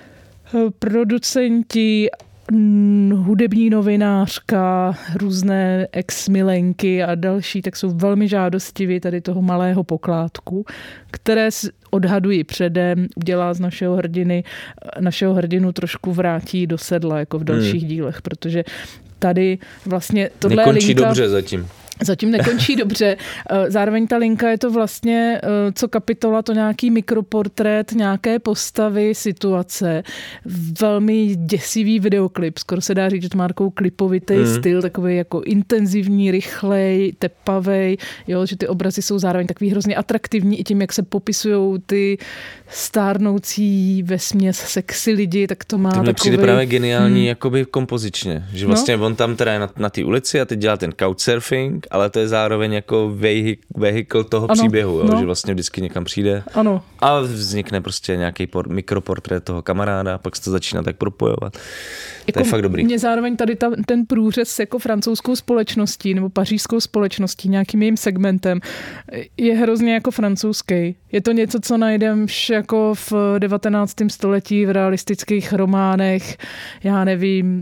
Producenti, hudební novinářka, různé ex-milenky a další, tak jsou velmi žádostiví tady toho malého pokládku, které odhadují předem, udělá z našeho hrdinu trošku vrátí do sedla, jako v dalších dílech, protože tady vlastně tohle nekončí linka... dobře zatím. Zatím nekončí dobře. Zároveň ta linka je to vlastně, co kapitola, to nějaký mikroportrét, nějaké postavy, situace, velmi děsivý videoklip. Skoro se dá říct, že to má takovou klipovitý styl, takový jako intenzivní, rychlej, tepavej, jo, že ty obrazy jsou zároveň takový hrozně atraktivní i tím, jak se popisujou ty stárnoucí vesměs sexy lidi, tak to má takový... přijde právě geniální jakoby kompozičně, že vlastně on tam teda je na té ulici a teď dělá ten couchsurfing, ale to je zároveň jako vehikl toho příběhu, jo? Že vlastně vždycky někam přijde a vznikne prostě nějaký mikroportrét toho kamaráda a pak se to začíná tak propojovat. Jako to je fakt dobrý. Mě zároveň tady ten průřez jako francouzskou společností nebo pařížskou společností, nějakým jejím segmentem, je hrozně jako francouzský. Je to něco, co najdeme jako v 19. století v realistických románech, já nevím,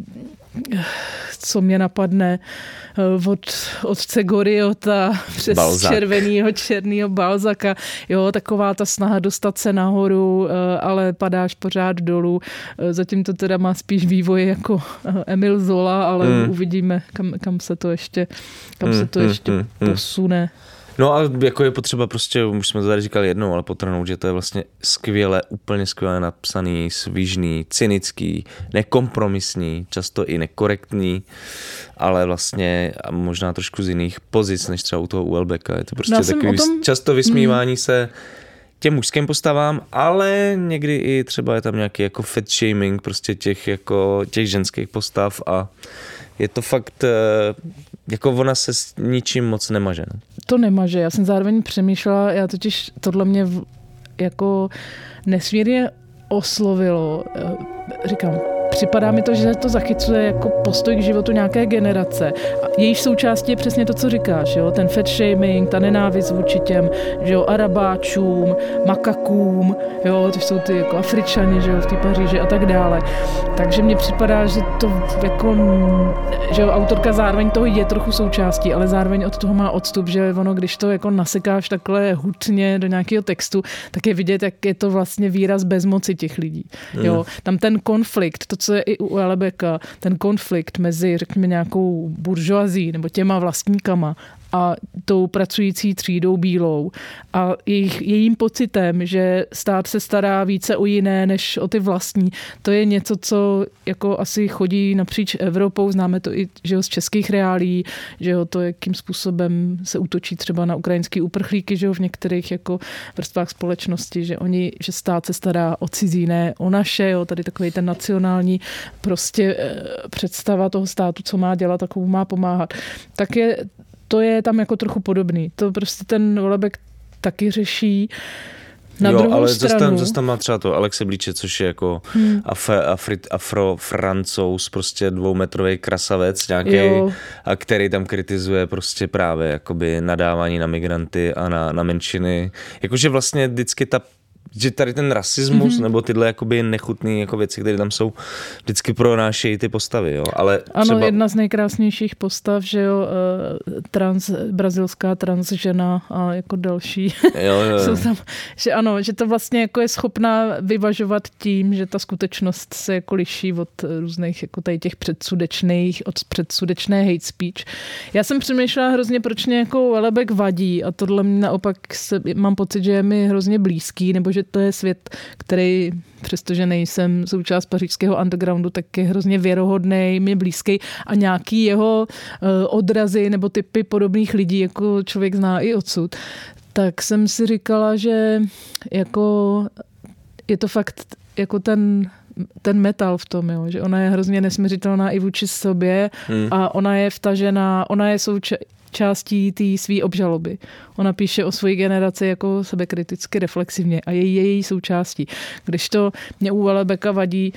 co mě napadne, od otce Goriota přes Balzac. černýho Balzaka. Jo, taková ta snaha dostat se nahoru, ale padáš pořád dolů. Zatím to teda má spíš vývoj jako Emile Zola, ale uvidíme, kam se to ještě posune. No a jako je potřeba prostě, už jsme to tady říkali jednou, ale potrhnout, že to je vlastně úplně skvěle napsaný, svižný, cynický, nekompromisní, často i nekorektní, ale vlastně možná trošku z jiných pozic, než třeba u toho Houellebecqa. Je to prostě takový často vysmívání se těm mužským postavám, ale někdy i třeba je tam nějaký jako fat shaming prostě těch ženských postav a je to fakt, jako ona se s ničím moc nemaže. Ne? To nemaže, já jsem zároveň přemýšlela, já totiž tohle mě jako nesmírně oslovilo. Říkám, připadá mi to, že to zachycuje jako postoj k životu nějaké generace. A jejíž součástí je přesně to, co říkáš, jo? Ten fat shaming, ta nenávist vůči těm, že jo, Arabáčům, makakům, jo, to jsou ty jako Afričani, že jo, v té Paříži a tak dále. Takže mně připadá, že to jako, že jo, autorka zároveň toho je trochu součástí, ale zároveň od toho má odstup, že ono, když to jako nasekáš takhle hutně do nějakého textu, tak je vidět, jak je to vlastně výraz bezmoci těch lidí. Jo, tam ten konflikt, to, co je i u Houellebecqa, ten konflikt mezi, řekněme, nějakou buržoazí nebo těma vlastníkama a tou pracující třídou bílou a jejím pocitem, že stát se stará více o jiné než o ty vlastní. To je něco, co jako asi chodí napříč Evropou, známe to i že jo, z českých reálí, že jo, to jakým způsobem se útočí třeba na ukrajinský uprchlíky, že jo, v některých jako vrstvách společnosti, že stát se stará o cizí, ne o naše, jo, tady takový ten nacionální prostě představa toho státu, co má dělat, takovou má pomáhat. To je tam jako trochu podobný. To prostě ten Houellebecq taky řeší. Na druhou stranu. Zase tam má třeba to Alexe Blíče, což je jako afro-francouz, prostě 2metrový krasavec nějaký, a který tam kritizuje prostě právě jakoby nadávání na migranty a na menšiny. Jakože vlastně vždycky že tady ten rasismus nebo tyhle jakoby nechutný jako věci, které tam jsou, vždycky pronášejí ty postavy, jo. Ale ano, jedna z nejkrásnějších postav, že jo, brazilská trans žena a jako další. Jo. Jsou tam, že ano, že to vlastně jako je schopná vyvažovat tím, že ta skutečnost se jako liší od různých jako tady těch předsudečné hate speech. Já jsem přemýšlela hrozně, proč mě jako Houellebecq vadí a tohle naopak mám pocit, že je mi hrozně blízký, nebo že to je svět, který, přestože nejsem součást pařížského undergroundu, tak je hrozně věrohodný, mě blízký a nějaký jeho odrazy nebo typy podobných lidí, jako člověk zná i odsud. Tak jsem si říkala, že jako je to fakt jako ten metal v tom, jo, že ona je hrozně nesměřitelná i vůči sobě a ona je vtažená, ona je částí té svý obžaloby. Ona píše o své generaci jako sebekriticky reflexivně a je její součástí. Když to mě u Houellebecqa vadí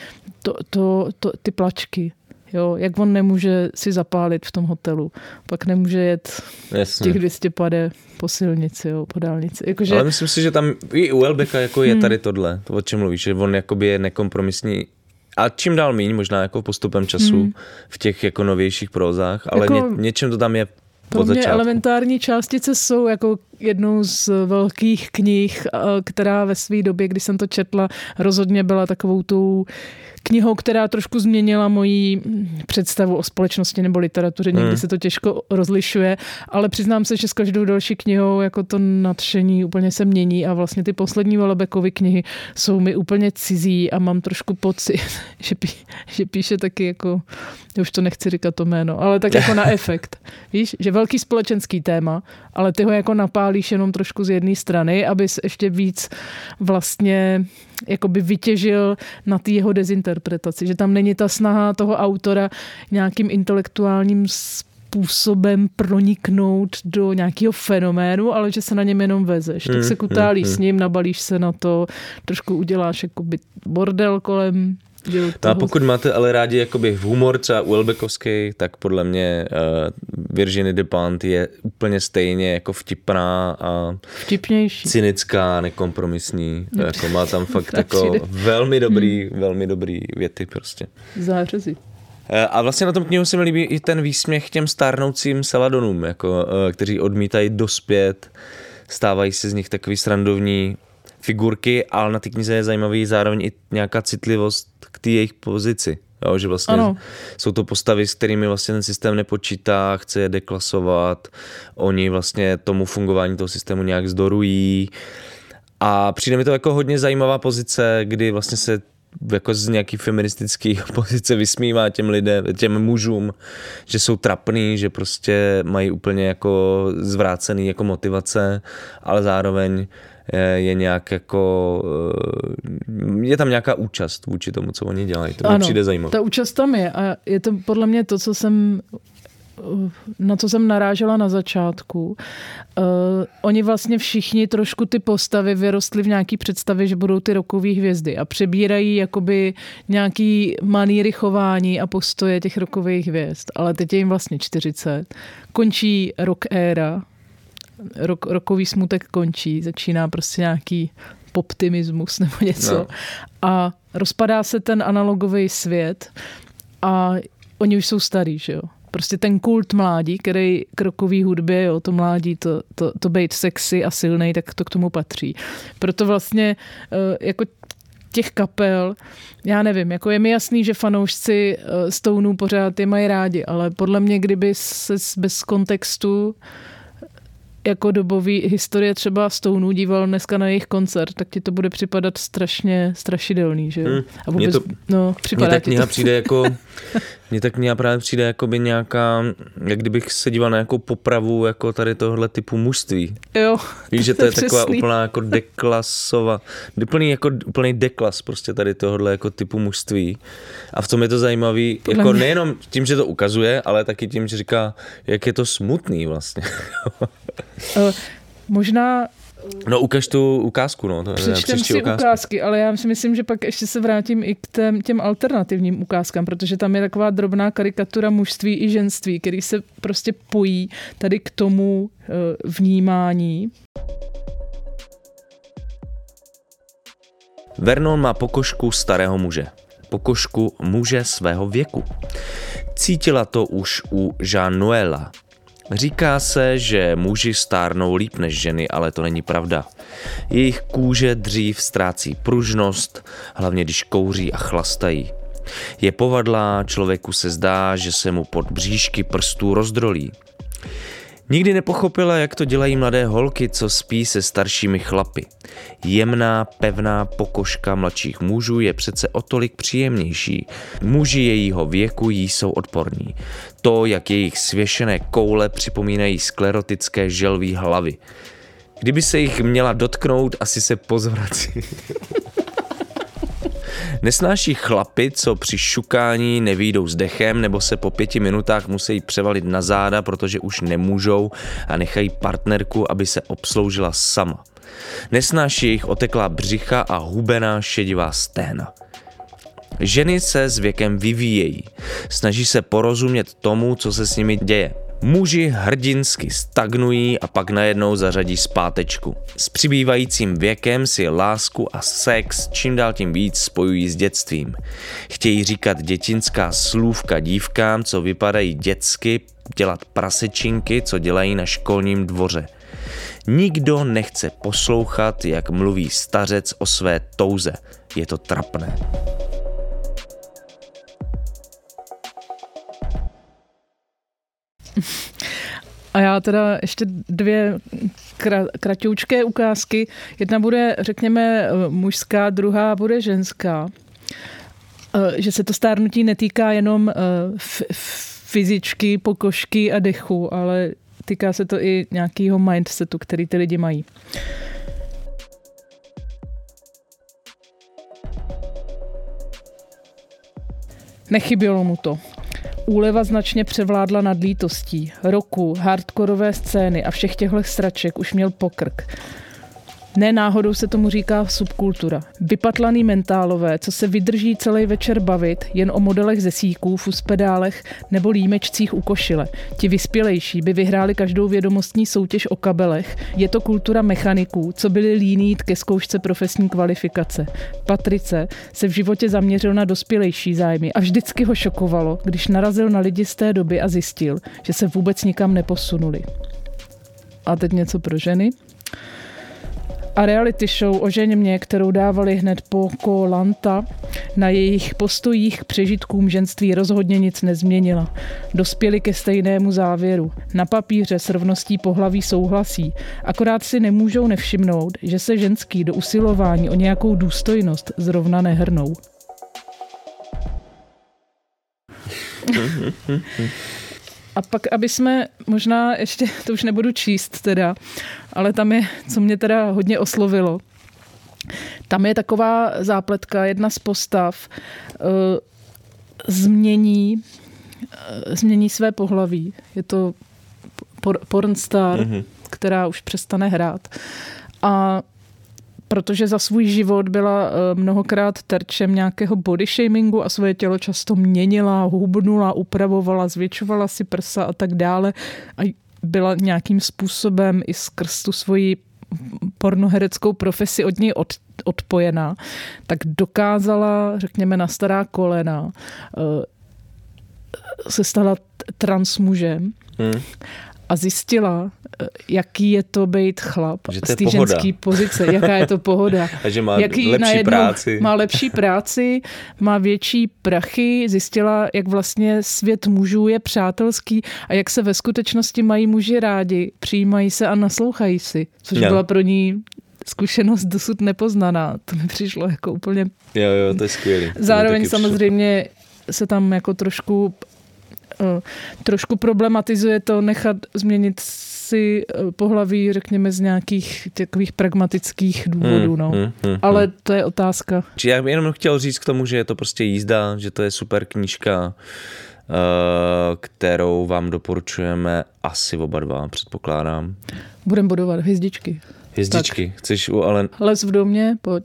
ty plačky. Jo, jak on nemůže si zapálit v tom hotelu. Pak nemůže jet těch 200 pade po silnici, jo, po dálnici. Jakože... Ale myslím si, že tam i u Houellebecqa jako je tady tohle, to o čem mluvíš, že on jakoby je nekompromisní a čím dál míň, možná jako postupem času v těch jako novějších prózách, ale jako... něčem to tam je. Pro mě elementární částice jsou jako jednou z velkých knih, která ve své době, když jsem to četla, rozhodně byla takovou tou knihou, která trošku změnila moji představu o společnosti nebo literatuře. Někdy se to těžko rozlišuje, ale přiznám se, že s každou další knihou jako to nadšení úplně se mění a vlastně ty poslední Houellebecqovy knihy jsou mi úplně cizí a mám trošku pocit, že píše taky jako, já už to nechci říkat to jméno, ale tak jako na efekt. Víš, že velký společenský téma, ale ty ho jako napálíš jenom trošku z jedné strany, abys ještě víc vlastně jakoby vytěžil na té jeho dezinterpretaci, že tam není ta snaha toho autora nějakým intelektuálním způsobem proniknout do nějakého fenoménu, ale že se na něm jenom vezeš. Tak se kutálíš s ním, nabalíš se na to, trošku uděláš jakoby bordel kolem. A pokud máte ale rádi jakoby humor třeba Houellebecqovský, tak podle mě Virginie Despentes je úplně stejně jako vtipná a cynická, nekompromisní. Jako má tam fakt jako velmi dobrý věty prostě. Zářezy. A vlastně na tom knihu se mi líbí i ten výsměch těm stárnoucím Celadonům, jako, kteří odmítají dospět, stávají se z nich takový srandovní figurky, ale na té knize je zajímavý zároveň i nějaká citlivost k té jejich pozici. Jo, že vlastně jsou to postavy, s kterými vlastně ten systém nepočítá, chce je deklasovat, oni vlastně tomu fungování toho systému nějak zdorují a přijde mi to jako hodně zajímavá pozice, kdy vlastně se jako z nějaký feministický pozice vysmívá těm lidem, těm mužům, že jsou trapný, že prostě mají úplně jako zvrácený jako motivace, ale zároveň je nějak jako, je tam nějaká účast vůči tomu, co oni dělají. To mi přijde zajímavé. Ta účast tam je a je to podle mě to, na co jsem narážela na začátku. Oni vlastně všichni trošku ty postavy vyrostly v nějaký představě, že budou ty rockové hvězdy a přebírají jakoby nějaký maníry chování a postoje těch rockových hvězd. Ale teď je jim vlastně 40. Končí rock éra, rockový smutek končí, začíná prostě nějaký poptimismus nebo něco. No. A rozpadá se ten analogový svět a oni už jsou starý, že jo. Prostě ten kult mládí, který k rockový hudbě, jo, to mládí, to být sexy a silnej, tak to k tomu patří. Proto vlastně jako těch kapel, já nevím, jako je mi jasný, že fanoušci Stoneů pořád je mají rádi, ale podle mě, kdyby se bez kontextu jako dobový historie třeba Stoneů díval dneska na jejich koncert, tak ti to bude připadat strašně strašidelný, že jo? A vůbec, připadá ta kniha přijde jako... Mně ta kniha právě přijde jako by nějaká, jak kdybych se díval na nějakou popravu jako tady tohle typu mužství. Jo. Víš, že to je taková úplná jako deklasová, úplný deklas prostě tady tohle jako typu mužství. A v tom je to zajímavý, jako nejenom tím, že to ukazuje, ale taky tím, že říká, jak je to smutný vlastně. Možná... No ukaž tu ukázku, no. Přečtem si ukázky, ale já si myslím, že pak ještě se vrátím i k těm alternativním ukázkám, protože tam je taková drobná karikatura mužství i ženství, který se prostě pojí tady k tomu vnímání. Vernon má pokožku starého muže. Pokožku muže svého věku. Cítila to už u Jean-Noela. Říká se, že muži stárnou líp než ženy, ale to není pravda. Jejich kůže dřív ztrácí pružnost, hlavně když kouří a chlastají. Je povadlá, člověku se zdá, že se mu pod bříšky prstů rozdrolí. Nikdy nepochopila, jak to dělají mladé holky, co spí se staršími chlapy. Jemná, pevná pokožka mladších mužů je přece o tolik příjemnější. Muži jejího věku jí jsou odporní. To, jak jejich svěšené koule připomínají sklerotické želví hlavy. Kdyby se jich měla dotknout, asi se pozvrací. Nesnáší chlapy, co při šukání nevyjdou s dechem nebo se po 5 minutách musí převalit na záda, protože už nemůžou a nechají partnerku, aby se obsloužila sama. Nesnáší jejich oteklá břicha a hubená šedivá stehna. Ženy se s věkem vyvíjejí. Snaží se porozumět tomu, co se s nimi děje. Muži hrdinsky stagnují a pak najednou zařadí zpátečku. S přibývajícím věkem si lásku a sex čím dál tím víc spojují s dětstvím. Chtějí říkat dětinská slůvka dívkám, co vypadají dětsky, dělat prasečinky, co dělají na školním dvoře. Nikdo nechce poslouchat, jak mluví stařec o své touze. Je to trapné. A já teda ještě 2 kratoučké ukázky. Jedna bude, řekněme, mužská, druhá bude ženská. Že se to stárnutí netýká jenom fyzičky, pokožky a dechu, ale týká se to i nějakého mindsetu, který ty lidi mají. Nechybělo mu to. Úleva značně převládla nad lítostí. Roku, hardkorové scény a všech těchto sraček už měl pokrk. Ne náhodou se tomu říká subkultura. Vypatlaný mentálové, co se vydrží celý večer bavit jen o modelech ze síků, fuspedálech nebo límečcích u košile. Ti vyspělejší by vyhráli každou vědomostní soutěž o kabelech. Je to kultura mechaniků, co byli líní jít ke zkoušce profesní kvalifikace. Patrice se v životě zaměřil na dospělejší zájmy a vždycky ho šokovalo, když narazil na lidi z té doby a zjistil, že se vůbec nikam neposunuli. A teď něco pro ženy. A reality show O ženě mě, kterou dávali hned po Koh-Lanta, na jejich postojích k přežitkům ženství rozhodně nic nezměnila. Dospěli ke stejnému závěru. Na papíře s rovností pohlaví souhlasí, akorát si nemůžou nevšimnout, že se ženský do usilování o nějakou důstojnost zrovna nehrnou. A pak, aby jsme možná ještě, to už nebudu číst teda, ale tam je, co mě teda hodně oslovilo, tam je taková zápletka, jedna z postav změní své pohlaví. Je to pornstar, která už přestane hrát. A protože za svůj život byla mnohokrát terčem nějakého body shamingu a svoje tělo často měnila, hubnula, upravovala, zvětšovala si prsa a tak dále. A byla nějakým způsobem i skrz tu svoji pornohereckou profesi od něj odpojená. Tak dokázala, řekněme, na stará kolena se stala transmužem. a zjistila, jaký je to být chlap z té ženské pozice, jaká je to pohoda. A že má lepší práci. Má lepší práci, má větší prachy, zjistila, jak vlastně svět mužů je přátelský a jak se ve skutečnosti mají muži rádi, přijímají se a naslouchají si, což byla pro ní zkušenost dosud nepoznaná. To mi přišlo jako úplně... Jo, to je skvělý. Zároveň samozřejmě se tam jako trošku problematizuje to nechat změnit si pohlaví, řekněme, z nějakých takových pragmatických důvodů. Ale to je otázka. Či já bych jenom chtěl říct k tomu, že je to prostě jízda, že to je super knížka, kterou vám doporučujeme asi oba dva, předpokládám. Budem bodovat hvězdičky. Hvězdičky. Tak. Chceš u Alen... Les v domě, pojď.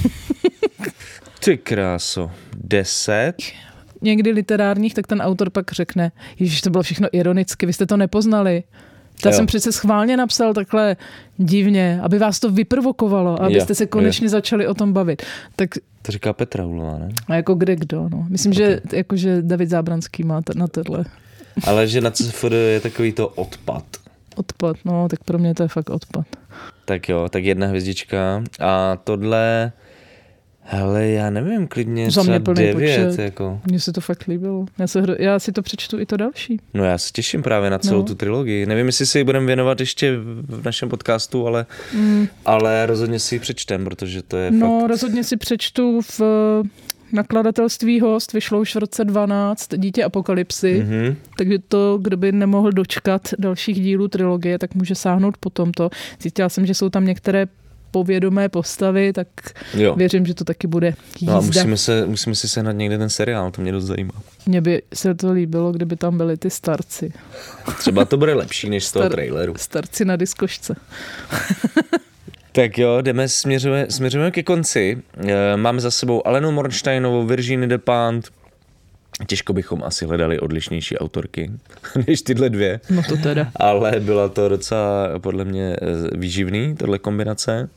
Ty kráso. 10. Někdy literárních, tak ten autor pak řekne, ježiš, to bylo všechno ironicky, vy jste to nepoznali. Já jsem přece schválně napsal takhle divně, aby vás to vyprovokovalo, abyste se konečně začali o tom bavit. Tak to říká Petra Ulová, ne? A jako kdo, no. Myslím, že David Zábranský má na tohle. Ale že na CFD je takový to odpad. Odpad, no, tak pro mě to je fakt odpad. Tak jo, tak 1 hvězdička. A tohle... Hele, já nevím, klidně třeba 9. Jako. Mně se to fakt líbilo. Já si to přečtu i to další. No já se těším právě na celou tu trilogii. Nevím, jestli si ji budeme věnovat ještě v našem podcastu, ale rozhodně si ji přečtem, protože to je fakt... No, rozhodně si přečtu v nakladatelství Host, vyšlo už v roce 12, Dítě apokalypsy, takže to, kdo by nemohl dočkat dalších dílů trilogie, tak může sáhnout po tomto. Zjistila jsem, že jsou tam některé povědomé postavy, tak věřím, že to taky bude jízda. No a musíme si sehnat někde ten seriál, to mě dost zajímá. Mně by se to líbilo, kdyby tam byli ty starci. Třeba to bude lepší než z toho traileru. Starci na diskošce. Tak jo, směřujeme ke konci. Máme za sebou Alenu Mornsteinovou, Virginie Despentes. Těžko bychom asi hledali odlišnější autorky než tyhle 2. No to teda. Ale byla to docela podle mě výživný, tohle kombinace.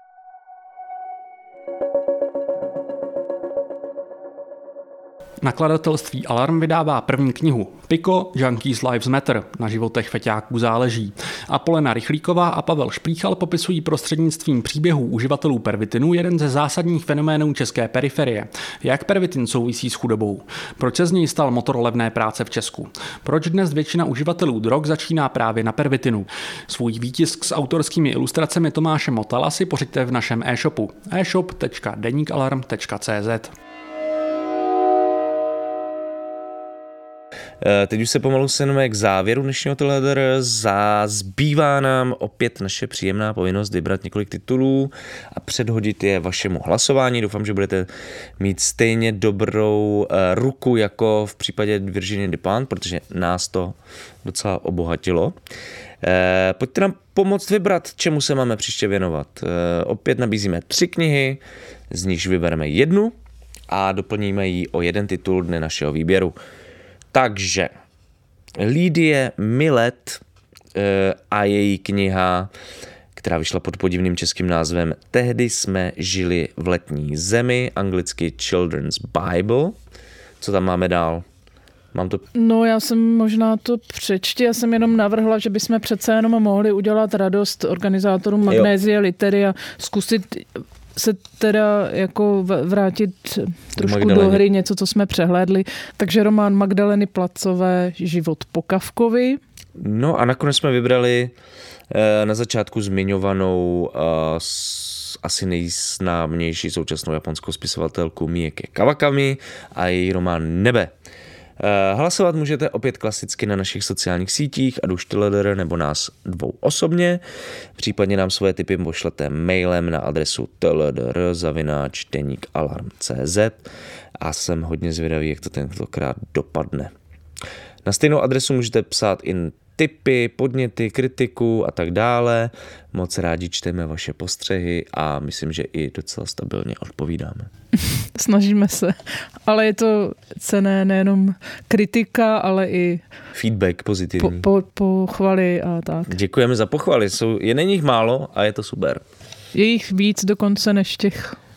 Nakladatelství Alarm vydává první knihu Piko, Junkies Lives Matter, na životech feťáků záleží. A Polena Rychlíková a Pavel Šplíchal popisují prostřednictvím příběhů uživatelů pervitinu jeden ze zásadních fenoménů české periferie. Jak pervitin souvisí s chudobou? Proč se z něj stal motor levné práce v Česku? Proč dnes většina uživatelů drog začíná právě na pervitinu? Svůj výtisk s autorskými ilustracemi Tomáše Motala si pořiďte v našem e-shopu e-shop.denikalarm.cz. Teď už se pomalu senujeme k závěru dnešního TLDR. Zbývá nám opět naše příjemná povinnost vybrat několik titulů a předhodit je vašemu hlasování. Doufám, že budete mít stejně dobrou ruku jako v případě Virginie Despentes, protože nás to docela obohatilo. Pojďte nám pomoct vybrat, čemu se máme příště věnovat. Opět nabízíme 3 knihy, z nichž vybereme 1 a doplníme ji o 1 titul dne našeho výběru. Takže Lidie Milet a její kniha, která vyšla pod podivným českým názvem Tehdy jsme žili v letní zemi, anglicky Children's Bible. Co tam máme dál? No já jsem možná to přečti, já jsem jenom navrhla, že bychom přece jenom mohli udělat radost organizátorům Magnézie Litery a zkusit se teda jako vrátit trošku do hry, něco, co jsme přehlédli. Takže román Magdaleny Placové Život po Kafkovi. No a nakonec jsme vybrali na začátku zmiňovanou asi nejznámější současnou japonskou spisovatelku Mieke Kawakami a její román Nebe. Hlasovat můžete opět klasicky na našich sociálních sítích, ať už TLDR nebo nás 2 osobně. Případně nám svoje tipy pošlete mailem na adresu tldr@denikalarm.cz a jsem hodně zvědavý, jak to tentokrát dopadne. Na stejnou adresu můžete psát i tipy, podněty, kritiku a tak dále. Moc rádi čteme vaše postřehy a myslím, že i docela stabilně odpovídáme. Snažíme se, ale je to cenné nejenom kritika, ale i feedback pozitivní. Pochvaly a tak. Děkujeme za pochvaly, není jich málo a je to super. Je jich víc dokonce než těch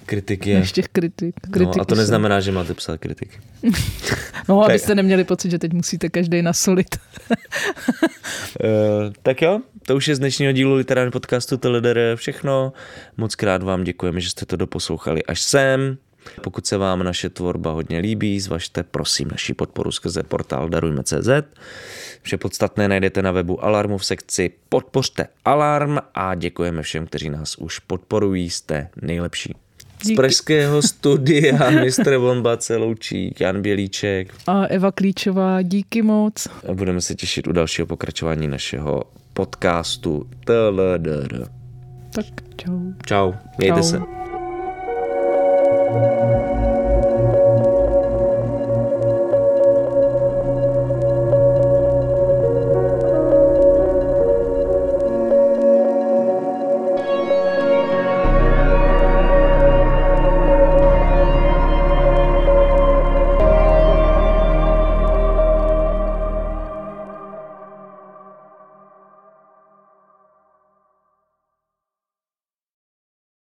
kritiky. Než těch kritik. No, a to neznamená, že máte psát kritiky. No, abyste neměli pocit, že teď musíte každej nasolit. Tak jo, to už je z dnešního dílu literárního podcastu TLDR všechno. Moc krát vám děkujeme, že jste to doposlouchali až sem. Pokud se vám naše tvorba hodně líbí, zvažte prosím naši podporu skrze portál darujme.cz. Vše podstatné najdete na webu Alarmu v sekci Podpořte Alarm a děkujeme všem, kteří nás už podporují, jste nejlepší. Z pražského studia Mr. Bomba se loučí Jan Bělíček a Eva Klíčová, díky moc. A budeme se těšit u dalšího pokračování našeho podcastu TLDR. Tak čau. Čau, mějte Čau. se.